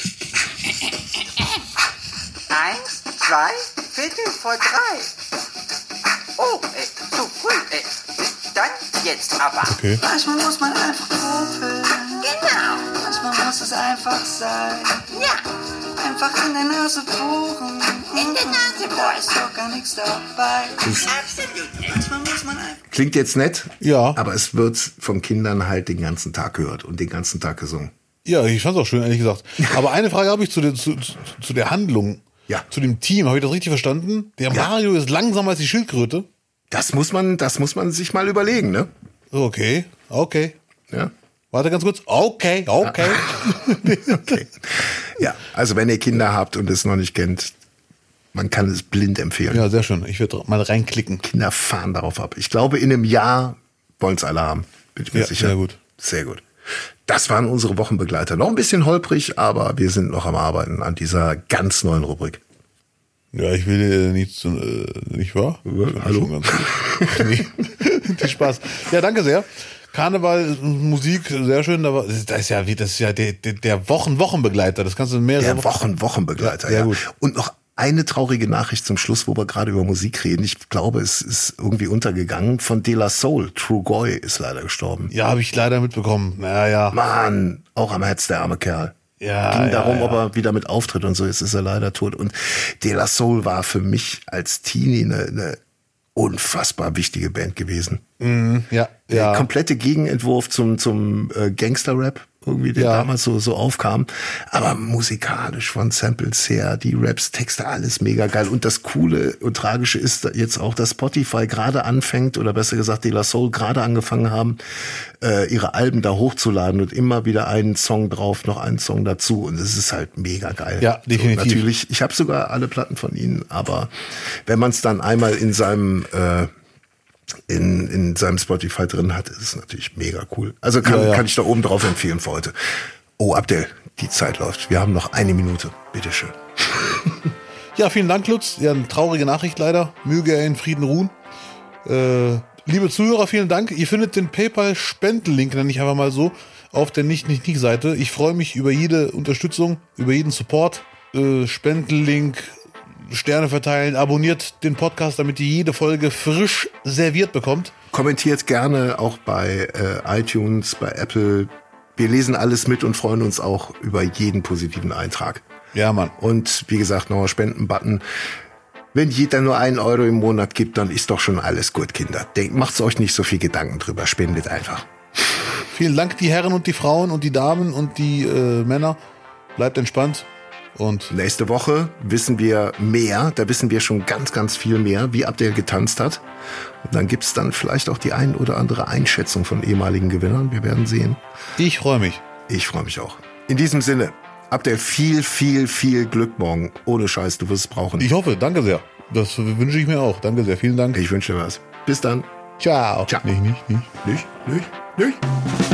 Eins, zwei, Viertel vor drei. Oh, äh, zu früh. Äh, dann jetzt aber. Okay. Manchmal muss man einfach popeln. Genau. Manchmal muss es einfach sein. Ja, Einfach in der Nase bohren. in der Nase Da bohren. ist doch gar nichts dabei. Absolut nicht. Manchmal muss man einfach. Klingt jetzt nett, Ja. aber es wird von Kindern halt den ganzen Tag gehört und den ganzen Tag gesungen. Ja, ich fand's auch schön, ehrlich gesagt. Aber eine Frage habe ich zu der, zu, zu, zu der Handlung. Ja. Zu dem Team. Habe ich das richtig verstanden? Der Ja. Mario ist langsamer als die Schildkröte. Das muss man, das muss man sich mal überlegen, ne? Okay, okay. Ja. Warte ganz kurz. Okay, okay. Okay. Ja, also wenn ihr Kinder habt und es noch nicht kennt, man kann es blind empfehlen. Ja, sehr schön. Ich werde mal reinklicken. Kinder fahren darauf ab. Ich glaube, in einem Jahr wollen es alle haben. Bin ich mir Ja, sicher. sehr gut. Sehr gut. Das waren unsere Wochenbegleiter. Noch ein bisschen holprig, aber wir sind noch am Arbeiten an dieser ganz neuen Rubrik. Ja, ich will äh, nicht, äh, nicht wahr? Ja, hallo? Schon ganz gut. Nee. Viel Spaß. Ja, danke sehr. Karneval, Musik, sehr schön, aber das ist ja wie, das ist ja der, der, der Wochen, Wochenbegleiter. Das kannst du mehr Der Wochen, Wochenbegleiter, ja. Ja, gut. Und noch eine traurige Nachricht zum Schluss, wo wir gerade über Musik reden. Ich glaube, es ist irgendwie untergegangen. Von De La Soul, True Goy, ist leider gestorben. Ja, habe ich leider mitbekommen. Ja, ja. Mann, auch am Herz der arme Kerl. Ja, Ging ja, darum, ja. ob er wieder mit auftritt und so. Jetzt ist er leider tot. Und De La Soul war für mich als Teenie eine, eine unfassbar wichtige Band gewesen. Mhm, ja, Der ja. komplette Gegenentwurf zum, zum äh, Gangster-Rap, irgendwie, der Ja. damals so, so aufkam. Aber musikalisch von Samples her, die Raps, Texte, alles mega geil. Und das Coole und Tragische ist jetzt auch, dass Spotify gerade anfängt, oder besser gesagt De La Soul gerade angefangen haben, äh, ihre Alben da hochzuladen und immer wieder einen Song drauf, noch einen Song dazu. Und es ist halt mega geil. Ja, definitiv. So, natürlich, ich habe sogar alle Platten von ihnen, aber wenn man es dann einmal in seinem äh, in, in seinem Spotify drin hat, ist es natürlich mega cool. Also kann, Ja, ja. kann ich da oben drauf empfehlen für heute. Oh, Abdel, die Zeit läuft. Wir haben noch eine Minute. Bitteschön. Ja, vielen Dank, Lutz. Ja, eine traurige Nachricht leider. Möge er in Frieden ruhen. Äh, liebe Zuhörer, vielen Dank. Ihr findet den PayPal-Spendenlink, nenne ich einfach mal so, auf der Nicht-Nicht-Nicht-Seite. Ich freue mich über jede Unterstützung, über jeden Support. Äh, Spendenlink, Sterne verteilen, abonniert den Podcast, damit ihr jede Folge frisch serviert bekommt. Kommentiert gerne auch bei äh, iTunes, bei Apple. Wir lesen alles mit und freuen uns auch über jeden positiven Eintrag. Ja, Mann. Und wie gesagt, noch ein Spendenbutton. Wenn jeder nur einen Euro im Monat gibt, dann ist doch schon alles gut, Kinder. Denkt, macht's euch nicht so viel Gedanken drüber. Spendet einfach. Vielen Dank, die Herren und die Frauen und die Damen und die äh, Männer. Bleibt entspannt. Und Nächste Woche wissen wir mehr, da wissen wir schon ganz, ganz viel mehr, wie Abdel getanzt hat. Und dann gibt's dann vielleicht auch die ein oder andere Einschätzung von ehemaligen Gewinnern. Wir werden sehen. ich freue mich. Ich freue mich auch. In diesem Sinne, Abdel, viel, viel, viel Glück morgen. Ohne Scheiß, du wirst es brauchen. Ich hoffe, danke sehr. Das wünsche ich mir auch. Danke sehr. Vielen Dank. Ich wünsche dir was. Bis dann. Ciao. Ciao. Nicht, nicht, nicht. Nicht, nicht, nicht.